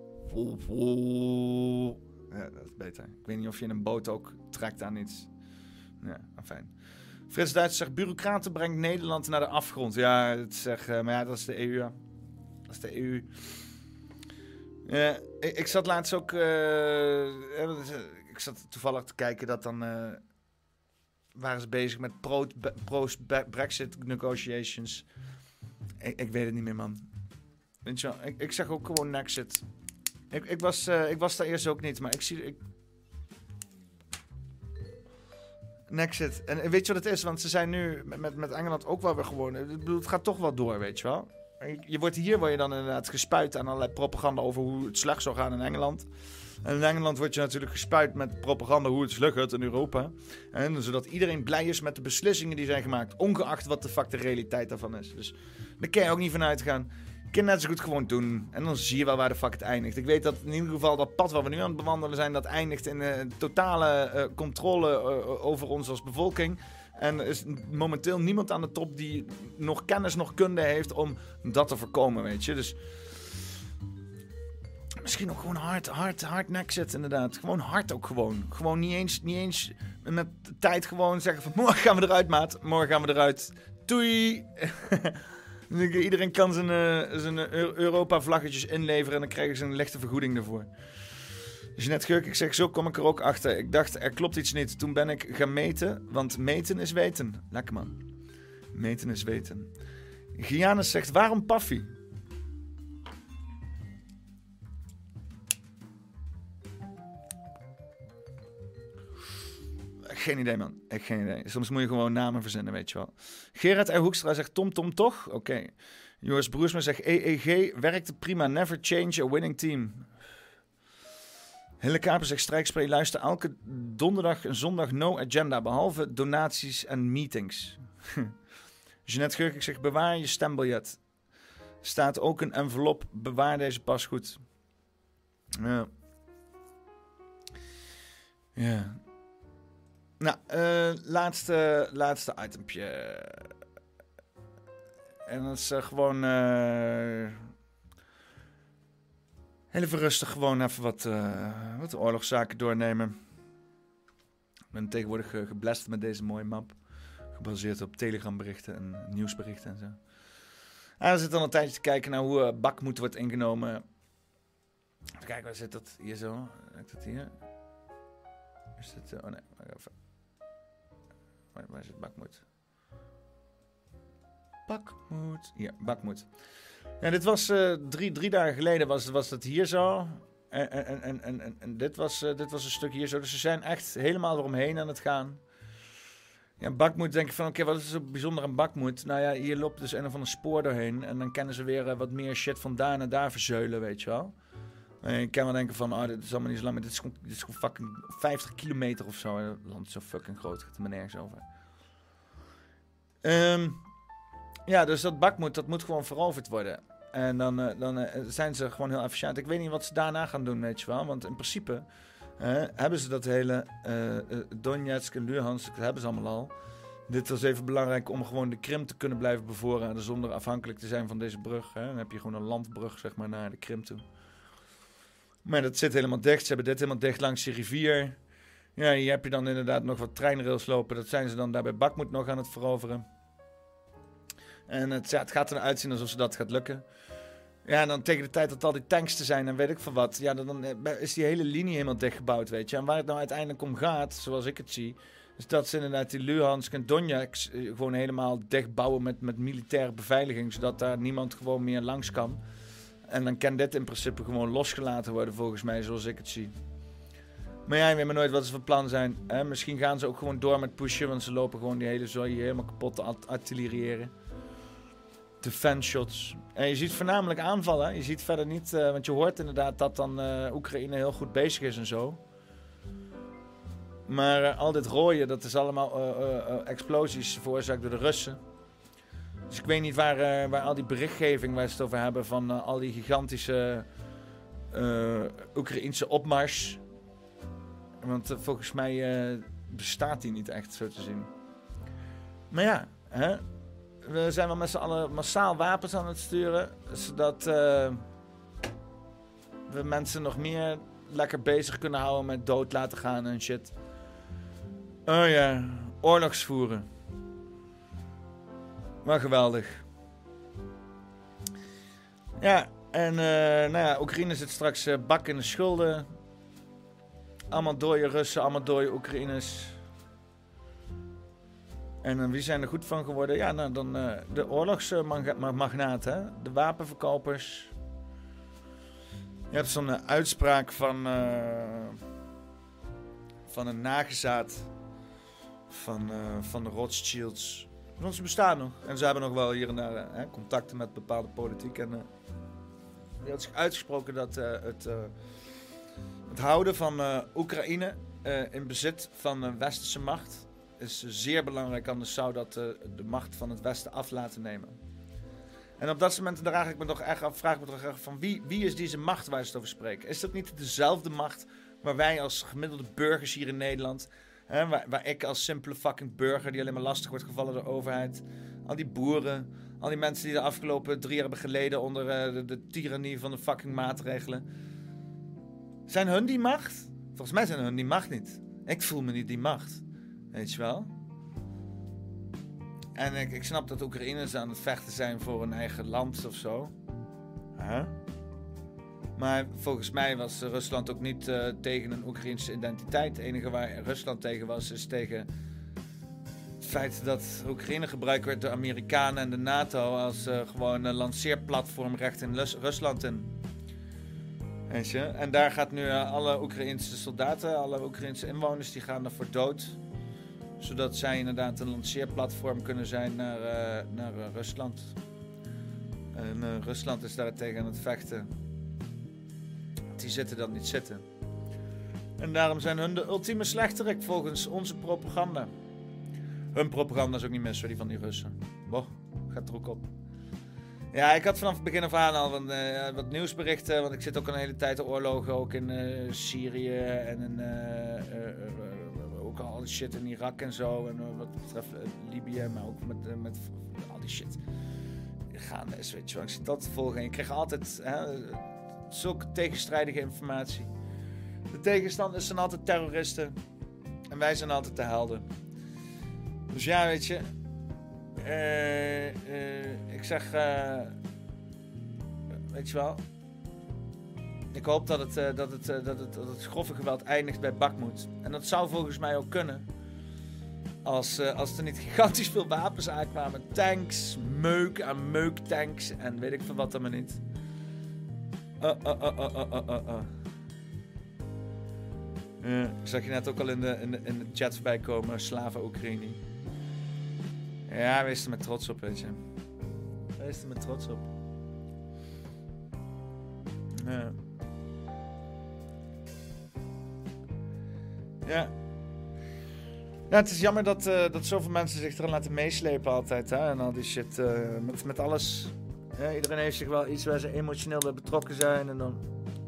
Ja, dat is beter. Ik weet niet of je in een boot ook trekt aan iets. Ja, fijn. Frits Duits zegt, bureaucraten brengt Nederland naar de afgrond. Ja, dat zeg, uh, maar ja, dat is de E U. Ja. Dat is de E U. Ja, ik, ik zat laatst ook... Uh, ik zat toevallig te kijken dat dan... Uh, waren ze bezig met pro-Brexit negotiations. Ik, ik weet het niet meer, man. Weet je wel, ik, ik zag ook gewoon Nexit. Ik, ik, was, uh, ik was daar eerst ook niet, maar ik zie... Ik... Nexit. En weet je wat het is? Want ze zijn nu met, met Engeland ook wel weer gewoon... Ik bedoel, het gaat toch wel door, weet je wel. Je wordt hier word je dan inderdaad gespuit aan allerlei propaganda over hoe het slecht zou gaan in Engeland. En in Engeland word je natuurlijk gespuit met propaganda hoe het slecht gaat in Europa. En zodat iedereen blij is met de beslissingen die zijn gemaakt. Ongeacht wat de fuck de realiteit daarvan is. Dus daar kan je ook niet van uitgaan. Je kan net zo goed gewoon doen. En dan zie je wel waar de fuck het eindigt. Ik weet dat in ieder geval dat pad waar we nu aan het bewandelen zijn... dat eindigt in uh, totale uh, controle uh, over ons als bevolking... En er is momenteel niemand aan de top die nog kennis, nog kunde heeft om dat te voorkomen, weet je. Dus misschien ook gewoon hard, hard, hard Nexit inderdaad. Gewoon hard ook gewoon. Gewoon niet eens, niet eens met tijd gewoon zeggen van morgen gaan we eruit, maat. Morgen gaan we eruit. Doei! Iedereen kan zijn, uh, zijn uh, Europa-vlaggetjes inleveren en dan krijgen ze een lichte vergoeding ervoor. Jeanette Geurk, ik zeg, zo kom ik er ook achter. Ik dacht, er klopt iets niet. Toen ben ik gaan meten, want meten is weten. Lekker man. Meten is weten. Giannis zegt, waarom Paffy? Geen idee, man. Echt geen idee. Soms moet je gewoon namen verzinnen, weet je wel. Gerard R. Hoekstra zegt, Tom Tom toch? Oké. Okay. Joris Broersma zegt, E E G werkte prima. Never change a winning team. Hille Kaper zegt, strijkspray, luister elke donderdag en zondag no agenda, behalve donaties en meetings. Jeanette Geurk zegt, bewaar je stembiljet. Staat ook een envelop, bewaar deze pas goed. Ja. Ja. Nou, uh, laatste, laatste itempje. En dat is uh, gewoon... Uh, Heel even rustig, gewoon even wat, uh, wat oorlogszaken doornemen. Ik ben tegenwoordig uh, geblest met deze mooie map. Gebaseerd op telegramberichten en nieuwsberichten en zo. En we zitten al een tijdje te kijken naar hoe uh, Bakhmut wordt ingenomen. Even kijken, waar zit dat? Hier zo. Lijkt dat hier? Is het, uh, oh nee, wacht even. Waar, waar zit Bakhmut? Bakhmut. Hier, Bakhmut. Ja, dit was uh, drie, drie dagen geleden was, was het hier zo. En, en, en, en, en, en dit, was, uh, dit was een stuk hier zo. Dus ze zijn echt helemaal eromheen aan het gaan. Ja, Bakhmut denk ik van, oké, okay, wat is er zo bijzonder aan Bakhmut? Nou ja, hier loopt dus een of ander spoor doorheen. En dan kennen ze weer uh, wat meer shit van daar naar daar verzeulen, weet je wel. En je kan wel denken van, oh, dit is allemaal niet zo lang. Maar dit is gewoon, dit is gewoon fucking vijftig kilometer of zo. Het land is zo fucking groot, gaat er maar nergens over. Um, ja, dus dat Bakhmut, dat moet gewoon veroverd worden. En dan, uh, dan uh, zijn ze gewoon heel efficiënt. Ik weet niet wat ze daarna gaan doen, weet je wel. Want in principe uh, hebben ze dat hele uh, uh, Donetsk en Luhansk, dat hebben ze allemaal al. Dit was even belangrijk om gewoon de Krim te kunnen blijven bevoorraden zonder afhankelijk te zijn van deze brug. Hè. Dan heb je gewoon een landbrug, zeg maar, naar de Krim toe. Maar dat zit helemaal dicht. Ze hebben dit helemaal dicht langs de rivier. Ja, hier heb je dan inderdaad nog wat treinrails lopen. Dat zijn ze dan daar bij Bakhmut nog aan het veroveren. En het, ja, het gaat eruit zien alsof ze dat gaat lukken. Ja, en dan tegen de tijd dat al die tanks te zijn en weet ik van wat. Ja, dan, dan is die hele linie helemaal dichtgebouwd, weet je. En waar het nou uiteindelijk om gaat, zoals ik het zie, is dat ze inderdaad die Luhansk en Donetsk gewoon helemaal dichtbouwen met, met militaire beveiliging. Zodat daar niemand gewoon meer langs kan. En dan kan dit in principe gewoon losgelaten worden, volgens mij, zoals ik het zie. Maar ja, je weet maar nooit wat ze van plan zijn. Hè? Misschien gaan ze ook gewoon door met pushen, want ze lopen gewoon die hele zooi helemaal kapot te artilleriëren. Defense shots. En je ziet voornamelijk aanvallen. Je ziet verder niet, uh, want je hoort inderdaad dat dan uh, Oekraïne heel goed bezig is en zo. Maar uh, al dit rooien, dat is allemaal uh, uh, uh, explosies veroorzaakt door de Russen. Dus ik weet niet waar, uh, waar al die berichtgeving waar ze het over hebben van uh, al die gigantische uh, Oekraïense opmars. Want uh, volgens mij uh, bestaat die niet echt, zo te zien. Maar ja, hè? We zijn wel met z'n allen massaal wapens aan het sturen. Zodat uh, we mensen nog meer lekker bezig kunnen houden met dood laten gaan en shit. Oh ja, oorlogsvoeren. Maar geweldig. Ja, en uh, nou ja, Oekraïne zit straks uh, bak in de schulden. Allemaal dode Russen, allemaal dode Oekraïners. En uh, wie zijn er goed van geworden? Ja, nou, dan uh, de oorlogsmagnaten, hè? De wapenverkopers. Je hebt zo'n uh, uitspraak van, uh, van een nagezaat van, uh, van de Rothschilds. Want ze bestaan nog. En ze hebben nog wel hier en daar uh, hè, contacten met bepaalde politiek. En uh, die had zich uitgesproken dat uh, het, uh, het houden van uh, Oekraïne uh, in bezit van een westerse macht is uh, zeer belangrijk. Anders zou dat uh, de macht van het Westen af laten nemen. En op dat moment daar eigenlijk me toch echt af, vraag ik me toch echt van wie, wie is deze macht waar ze het over spreken? Is dat niet dezelfde macht waar wij als gemiddelde burgers hier in Nederland, hè, waar, waar ik als simpele fucking burger die alleen maar lastig wordt gevallen door de overheid, al die boeren, al die mensen die de afgelopen drie jaar hebben geleden onder uh, de, de tirannie van de fucking maatregelen, zijn hun die macht? Volgens mij zijn hun die macht niet. Ik voel me niet die macht, weet je wel? En ik, ik snap dat Oekraïners aan het vechten zijn voor hun eigen land of zo. Huh? Maar volgens mij was Rusland ook niet uh, tegen een Oekraïnse identiteit. Het enige waar Rusland tegen was, is tegen het feit dat Oekraïne gebruikt werd door Amerikanen en de NATO als uh, gewoon een lanceerplatform recht in Lus- Rusland in. Weet je? En daar gaat nu uh, alle Oekraïnse soldaten, alle Oekraïnse inwoners, die gaan ervoor dood. Zodat zij inderdaad een lanceerplatform kunnen zijn naar, uh, naar uh, Rusland. En uh, Rusland is daartegen aan het vechten. Die zitten dan niet zitten. En daarom zijn hun de ultieme slechterik volgens onze propaganda. Hun propaganda is ook niet mis, hoor, die van die Russen. Boh, gaat er ook op. Ja, ik had vanaf het begin af aan al wat, uh, wat nieuwsberichten. Want ik zit ook al een hele tijd te oorlogen. Ook in uh, Syrië en in... Uh, uh, uh, ook al die shit in Irak en zo. En uh, wat betreft uh, Libië, maar ook met, uh, met uh, al die shit gaande is, weet je wel. Ik zit dat te volgen en je krijgt altijd uh, zulke tegenstrijdige informatie. De tegenstanders zijn altijd terroristen. En wij zijn altijd de helden. Dus ja, weet je... Uh, uh, ik zeg, uh, weet je wel, ik hoop dat het, uh, dat, het, uh, dat, het, dat het grove geweld eindigt bij Bakhmut. En dat zou volgens mij ook kunnen. Als, uh, als er niet gigantisch veel wapens aankwamen. Tanks, meuk aan meuktanks en weet ik veel wat dan maar niet. Uh, uh, uh, uh, uh, uh, uh, uh. Uh, ik zag je net ook al in de, in de, in de chat voorbij komen, Slava Oekraïne. Ja, wees er met trots op, weet je. Wees er met trots op. Ja. Ja. Ja, het is jammer dat, uh, dat zoveel mensen zich erin laten meeslepen altijd, hè. En al die shit, uh, met, met alles. Ja, iedereen heeft zich wel iets waar ze emotioneel bij betrokken zijn en dan...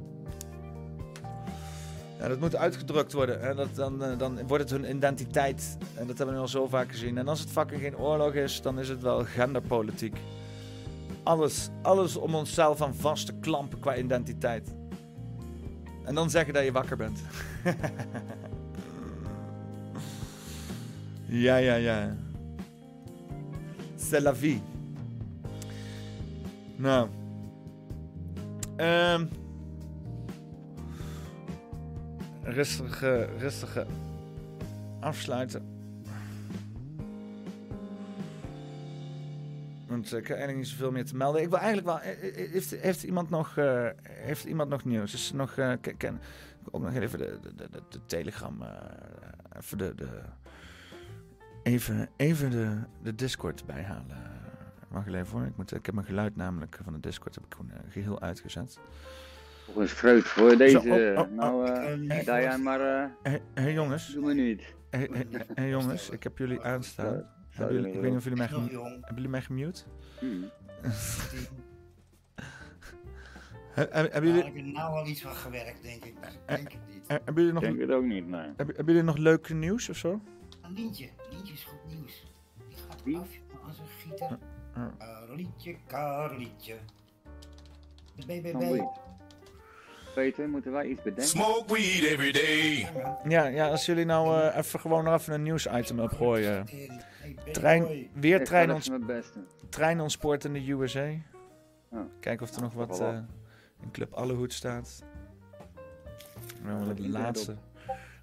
Ja, dat moet uitgedrukt worden. Hè? Dat, dan, uh, dan wordt het hun identiteit. En dat hebben we nu al zo vaak gezien. En als het fucking geen oorlog is, dan is het wel genderpolitiek. Alles, alles om onszelf aan vast te klampen qua identiteit. En dan zeggen dat je wakker bent. Ja, ja, ja. C'est la vie. Nou. Ehm... Um, Rustige, rustige afsluiten. Want ik heb eigenlijk niet zoveel meer te melden. Ik wil eigenlijk wel... Heeft, heeft, iemand, nog, uh, heeft iemand nog nieuws? Is er nog... Uh, ken, ken, ook nog even de, de, de, de Telegram... Uh, even de... de even, even de, de Discord bijhalen. Wacht even hoor. Ik, moet, ik heb mijn geluid namelijk van de Discord heb ik gewoon uh, geheel uitgezet. Volgens Freud voor deze. Zo, oh, oh, nou, uh, uh, da jij maar. Uh, hey, hey jongens. Doe me niet. Hey, hey, hey jongens, ik heb jullie aanstaan. Hebben jullie, ik weet niet of jullie mij, gem- hebben jullie mij gemute? Hmm. He, hebben jullie... Ik heb er nou al iets van gewerkt, denk ik. Maar denk het niet. Hebben jullie nog... Denk het ook niet, nee. Hebben, hebben jullie nog leuk nieuws of zo? Een liedje. Liedje is goed nieuws. Die gaat Wie? af als een gieter. Karolietje, Karolietje. De B B B. Peter, moeten wij iets bedenken? Smoke weed every day. Ja, ja, als jullie nou uh, even gewoon nog even een nieuwsitem opgooien. Trein, weer trein, ons, trein ontspoort in de U S A. Oh. Kijken of er nog wat uh, in Club Allehoed staat. Nou, de laatste.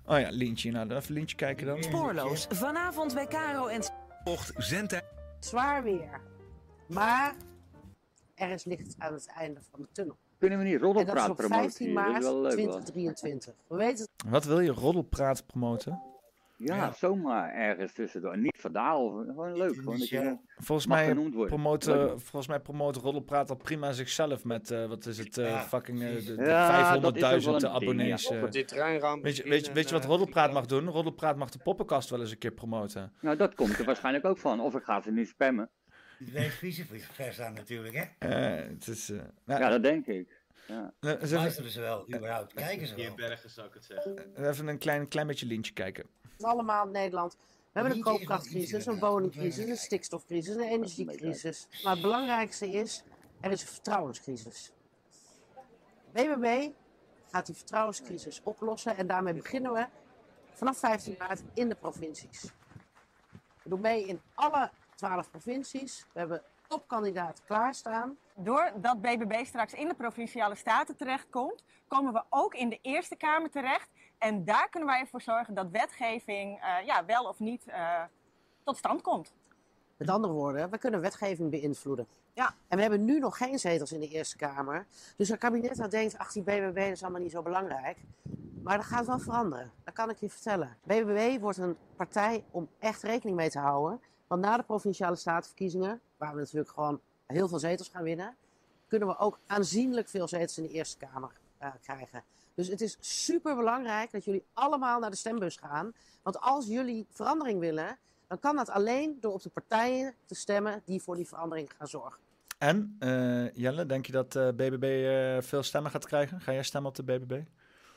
Oh ja, Lintje. Nou, even Lintje kijken dan. Spoorloos. Vanavond bij Caro en... Ocht, zendtijd. Zwaar weer. Maar er is licht aan het einde van de tunnel. Kunnen we niet roddelpraat En dat is op vijftien promoten? Dat is maart wel leuk, tweeëntwintig drieëntwintig. We weten Wat wil je? Roddelpraat promoten? Ja, ja, zomaar ergens tussendoor. Niet verdaal, gewoon leuk. Gewoon dat je Volgens mag mij genoemd worden. promoten, volgens mij promoot Roddelpraat al prima zichzelf met, uh, wat is het, uh, Ja, fucking uh, de, de Ja, vijfhonderdduizend dat is ook wel een abonnees. ding, ja. uh. Op dit treinramp Weet je, in weet, je, een, weet je wat uh, Roddelpraat mag doen? Roddelpraat mag de poppenkast wel eens een keer promoten. Nou, dat komt er waarschijnlijk ook van. Of ik ga ze nu spammen. Het blijft vieze voor je ver staan natuurlijk, hè? Uh, het is, uh, nou, Ja, dat denk ik. Ja. uh, eens even, Luisteren ze wel, überhaupt. Kijken ze wel. Bergen zou ik het zeggen. even een klein, klein beetje Lintje kijken. allemaal in Nederland. We hebben een Niet eens koopkrachtcrisis, wat een woningcrisis, een stikstofcrisis, een energiecrisis. Maar het belangrijkste is, er is een vertrouwenscrisis. B B B gaat die vertrouwenscrisis oplossen en daarmee beginnen we vanaf vijftien maart in de provincies. We doen mee in alle twaalf provincies. We hebben topkandidaten klaarstaan. Doordat B B B straks in de Provinciale Staten terechtkomt, komen we ook in de Eerste Kamer terecht. En daar kunnen wij ervoor zorgen dat wetgeving uh, ja, wel of niet uh, tot stand komt. Met andere woorden, we kunnen wetgeving beïnvloeden. Ja. En we hebben nu nog geen zetels in de Eerste Kamer. Dus het kabinet dat denkt, ach die B B B is allemaal niet zo belangrijk. Maar dat gaat wel veranderen, dat kan ik je vertellen. B B B wordt een partij om echt rekening mee te houden. Want na de Provinciale Statenverkiezingen, waar we natuurlijk gewoon heel veel zetels gaan winnen, kunnen we ook aanzienlijk veel zetels in de Eerste Kamer uh, krijgen. Dus het is super belangrijk dat jullie allemaal naar de stembus gaan. Want als jullie verandering willen, dan kan dat alleen door op de partijen te stemmen die voor die verandering gaan zorgen. En, uh, Jelle, denk je dat uh, B B B uh, veel stemmen gaat krijgen? Ga jij stemmen op de B B B?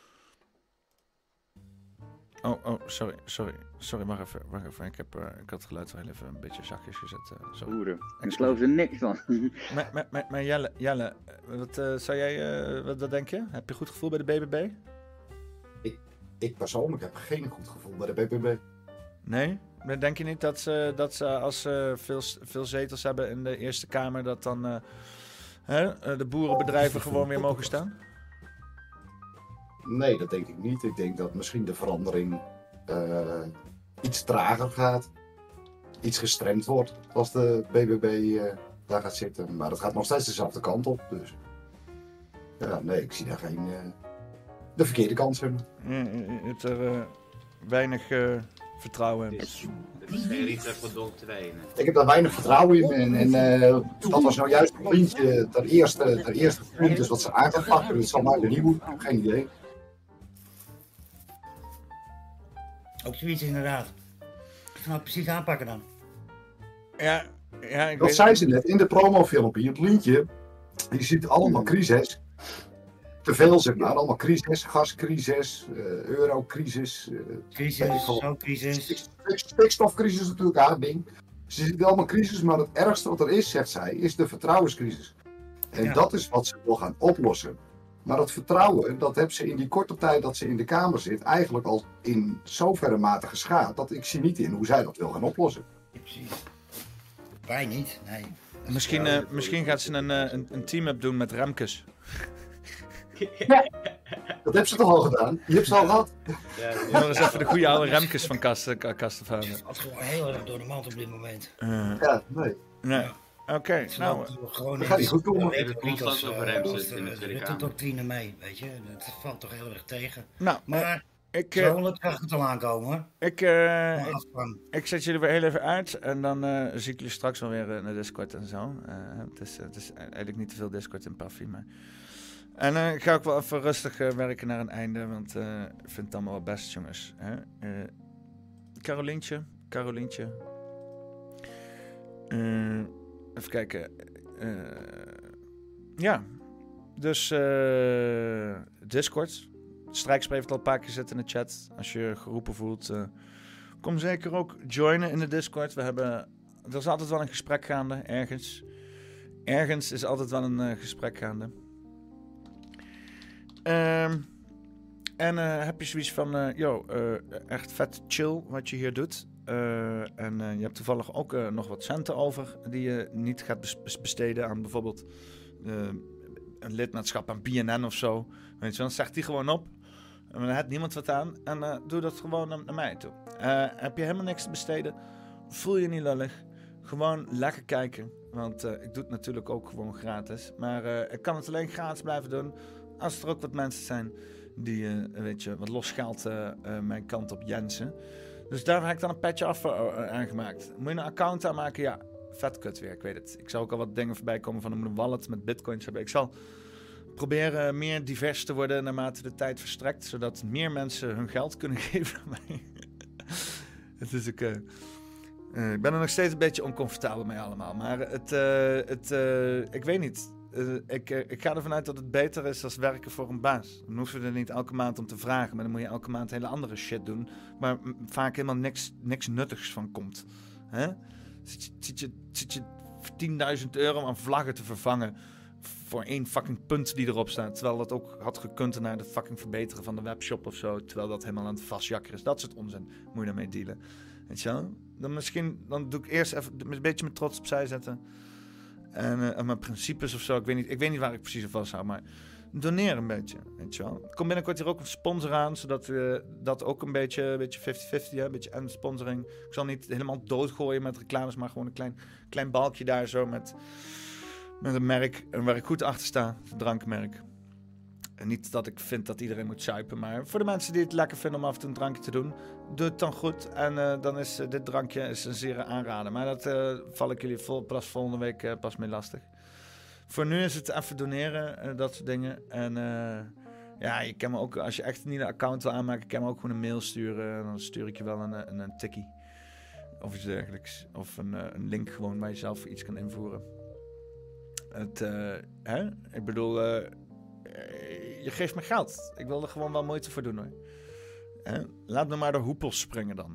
Oh, oh, sorry, sorry, sorry, wacht even, wacht even. Ik, heb, uh, ik had het geluid wel even een beetje zachtjes gezet. Uh, sorry. Oeren, ik geloof er niks van. maar, maar, maar, maar Jelle, Jelle wat, uh, zou jij, uh, wat, wat denk je? Heb je een goed gevoel bij de B B B? Ik, ik persoonlijk heb geen goed gevoel bij de B B B. Nee? Maar denk je niet dat ze, dat ze als ze veel, veel zetels hebben in de Eerste Kamer, dat dan uh, hè, de boerenbedrijven gewoon weer mogen staan? Nee, dat denk ik niet. Ik denk dat misschien de verandering uh, iets trager gaat. Iets gestremd wordt als de B B B uh, daar gaat zitten. Maar dat gaat nog steeds dezelfde kant op. Dus ja, nee, ik zie daar geen... Uh, de verkeerde kans in. Ja, je hebt er uh, weinig uh, vertrouwen in. Het is, het is geen Rita van Donk twee. Ik heb daar weinig vertrouwen in. En, en uh, dat was nou juist een puntje, ter eerste, ter eerste punt is wat ze aan gaan pakken. Dat zal mij er niet moeten. Geen idee. Ook zoiets inderdaad. Ik ga het precies aanpakken dan. Ja, ja ik dat weet zei het. ze net in de promofilmpje. Het liedje, je ziet allemaal crisis. Te veel zeg maar, allemaal crisis, gascrisis, uh, eurocrisis. Uh, crisis, zo crisis. Stikstofcrisis natuurlijk, haar ding. Ze ziet allemaal crisis, maar het ergste wat er is, zegt zij, is de vertrouwenscrisis. En ja. dat is wat ze wil gaan oplossen. Maar dat vertrouwen, dat heeft ze in die korte tijd dat ze in de Kamer zit, eigenlijk al in zoverre mate geschaad, dat ik zie niet in hoe zij dat wil gaan oplossen. Precies. Wij niet, nee. Misschien, uh, misschien gaat ze een, uh, een, een team-up doen met Remkes. Ja, dat heeft ze toch al gedaan? Je hebt ze al gehad. Ja, nog eens even de goede oude Remkes van Kasten, Kastenvuinen. Het gaat gewoon heel erg door de mand op dit moment. Uh, ja, nee. nee. Oké, okay, nou... Dat gaat niet goed komen. We hebben constant over Remkes in de Tweede Kamer. doctrine mee, weet je. Dat valt toch heel erg tegen. Nou, maar... Ik, uh, Zo gaat het al aankomen, hoor. Ik, uh, ik, ik zet jullie weer heel even uit en dan uh, zie ik jullie straks wel weer in de Discord en zo. Uh, het, is, het is eigenlijk niet te veel Discord in Parfum, maar... En uh, ik ga ook wel even rustig uh, werken naar een einde, want uh, ik vind het allemaal wel best, jongens. Hè? Uh, Carolientje, Carolientje. Uh, even kijken. Uh, ja, dus uh, Discord. Strijkspreek heeft al een paar keer gezet in de chat. Als je geroepen voelt, uh, kom zeker ook joinen in de Discord. We hebben, er is altijd wel een gesprek gaande, ergens. Ergens is altijd wel een uh, gesprek gaande. Um, en uh, heb je zoiets van, uh, yo, uh, echt vet chill wat je hier doet. Uh, en uh, je hebt toevallig ook uh, nog wat centen over die je niet gaat bes- besteden aan bijvoorbeeld uh, een lidmaatschap aan B N N of zo. Weet je, dan zegt die gewoon op. En dan heeft niemand wat aan. En uh, doe dat gewoon naar, naar mij toe. Uh, heb je helemaal niks te besteden? Voel je niet lullig? Gewoon lekker kijken. Want uh, ik doe het natuurlijk ook gewoon gratis. Maar uh, ik kan het alleen gratis blijven doen. Als er ook wat mensen zijn die, uh, weet je, wat los geld uh, uh, mijn kant op jensen. Dus daar heb ik dan een petje af uh, aangemaakt. Moet je een account aanmaken? Ja, vet kut weer, ik weet het. Ik zou ook al wat dingen voorbij komen van een wallet met bitcoins hebben. Ik zal proberen meer divers te worden naarmate de tijd verstrekt. Zodat meer mensen hun geld kunnen geven aan mij. Het is ook... Uh, uh, ik ben er nog steeds een beetje oncomfortabel mee allemaal. Maar het... Uh, het uh, ik weet niet... Uh, ik, uh, ik ga ervan uit dat het beter is dan werken voor een baas. Dan hoeven we er niet elke maand om te vragen. Maar dan moet je elke maand hele andere shit doen. Waar m- vaak helemaal niks, niks nuttigs van komt. Hè? Zit je, zit je, zit je tienduizend euro aan vlaggen te vervangen voor één fucking punt die erop staat. Terwijl dat ook had gekund naar het fucking verbeteren van de webshop of zo. Terwijl dat helemaal aan het vastjakken is. Dat soort onzin moet je daarmee dealen. Weet je wel? Dan misschien, dan doe ik eerst even een beetje mijn trots opzij zetten. En, uh, en mijn principes of zo. Ik weet, niet, ik weet niet waar ik precies op vasthoud. Maar doneer een beetje. Weet je wel. Er komt binnenkort hier ook een sponsor aan. Zodat we dat ook een beetje, een beetje vijftig vijftig. Een beetje en sponsoring. Ik zal niet helemaal doodgooien met reclames. Maar gewoon een klein, klein balkje daar zo. Met, met een merk. Waar ik goed achter sta. Een drankmerk. En niet dat ik vind dat iedereen moet suipen. Maar voor de mensen die het lekker vinden om af en toe een drankje te doen. Doe het dan goed. En uh, dan is uh, dit drankje is een zeer aanrader. Maar dat uh, val ik jullie vol, pas volgende week uh, pas mee lastig. Voor nu is het even doneren. Uh, dat soort dingen. En uh, ja, je kan me ook, als je echt niet een account wil aanmaken, kan je me ook gewoon een mail sturen. En dan stuur ik je wel een, een, een tikkie. Of iets dergelijks. Of een, uh, een link gewoon waar je zelf iets kan invoeren. Het, uh, hè? Ik bedoel... Uh, je geeft me geld. Ik wil er gewoon wel moeite voor doen, hoor. Eh, laat me maar de hoepels springen dan.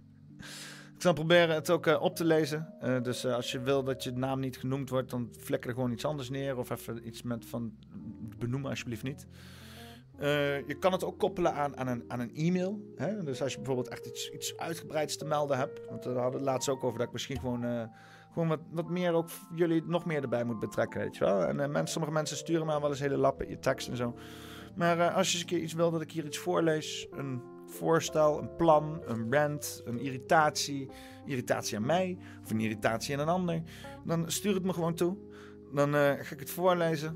Ik zal proberen het ook uh, op te lezen. Uh, dus uh, als je wil dat je naam niet genoemd wordt, dan flikker er gewoon iets anders neer. Of even iets met van... Benoemen alsjeblieft niet. Uh, je kan het ook koppelen aan, aan, een, aan een e-mail. Hè? Dus als je bijvoorbeeld echt iets, iets uitgebreids te melden hebt. Want we hadden het laatst ook over dat ik misschien gewoon... Uh, Gewoon wat, wat meer ook jullie nog meer erbij moet betrekken, weet je wel. En uh, mensen, sommige mensen sturen me wel eens hele lappen, je tekst en zo. Maar uh, als je eens een keer iets wil dat ik hier iets voorlees, een voorstel, een plan, een rant, een irritatie, irritatie aan mij of een irritatie aan een ander, dan stuur het me gewoon toe. Dan uh, ga ik het voorlezen.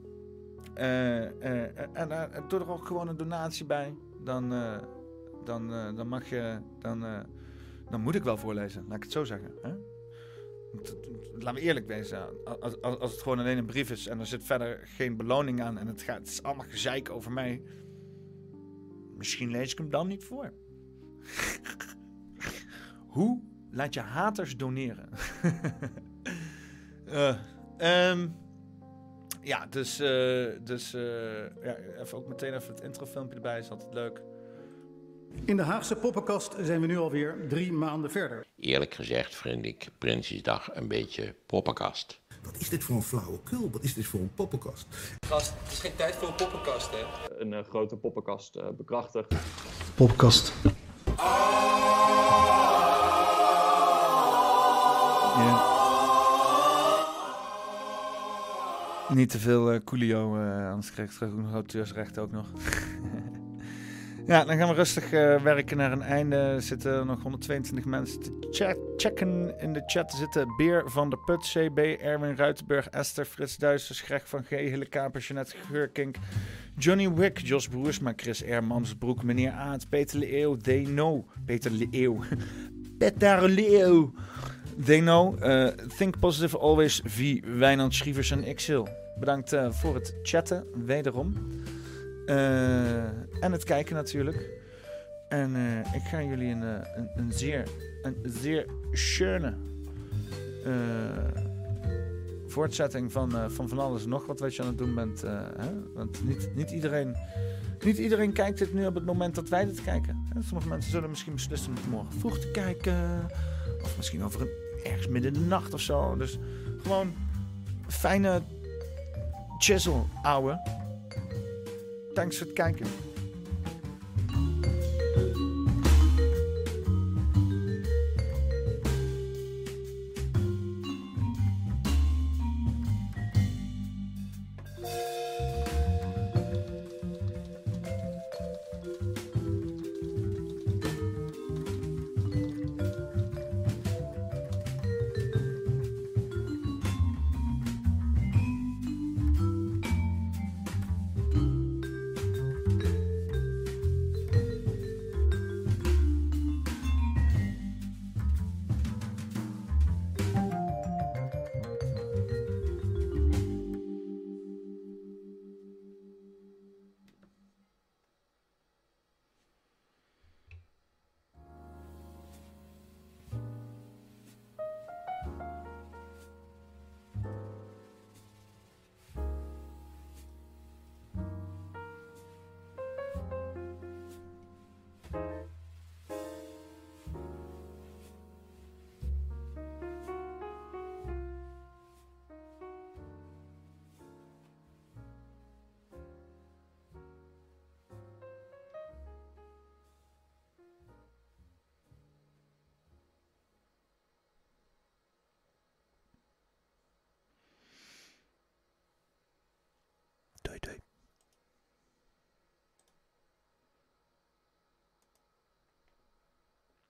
Uh, uh, en uh, doe er ook gewoon een donatie bij. Dan, uh, dan, uh, dan mag je, dan, uh, dan moet ik wel voorlezen, laat ik het zo zeggen, hè? Laten we eerlijk wezen. Als, als, als het gewoon alleen een brief is en er zit verder geen beloning aan en het, gaat, het is allemaal gezeik over mij, misschien lees ik hem dan niet voor. Hoe laat je haters doneren? uh, um, ja, dus, uh, dus uh, ja, even ook meteen even het introfilmpje erbij, is altijd leuk. In de Haagse poppenkast zijn we nu alweer drie maanden verder. Eerlijk gezegd vind ik Prinsjesdag een beetje poppenkast. Wat is dit voor een flauwekul? Wat is dit voor een poppenkast? Gast, het is geen tijd voor een poppenkast, hè? Een uh, grote poppenkast uh, bekrachtigd. Poppenkast. Ja. Niet te veel uh, coolio, uh, anders krijg ik terug nog auteursrecht ook nog. Ja, dan gaan we rustig uh, werken naar een einde. Er zitten nog honderdtweeëntwintig mensen te chat, checken in de chat. Er zitten Beer van der Put, C B, Erwin Ruitenburg, Esther, Frits Duisters, Greg van G, Hille Kaper, Jeanette Geurkink, Johnny Wick, Jos Broersma, Chris R, Mansbroek, Meneer Aad, Peter Leeuw, Deno, Peter Leeuw, Peter Leeuw, Deno, uh, Think Positive Always, V, Wijnand Schrievers en Xil. Bedankt uh, voor het chatten, wederom. Uh, en het kijken natuurlijk. En uh, ik ga jullie een, een, een zeer, een zeer schöne uh, voortzetting van, uh, van van alles en nog wat wat je aan het doen bent. Uh, hè? Want niet, niet, iedereen, niet iedereen kijkt dit nu op het moment dat wij dit kijken. Hè? Sommige mensen zullen misschien beslissen om morgen vroeg te kijken. Of misschien over een, ergens midden in de nacht of zo. Dus gewoon fijne chisel, ouwe. Thanks voor het kijken.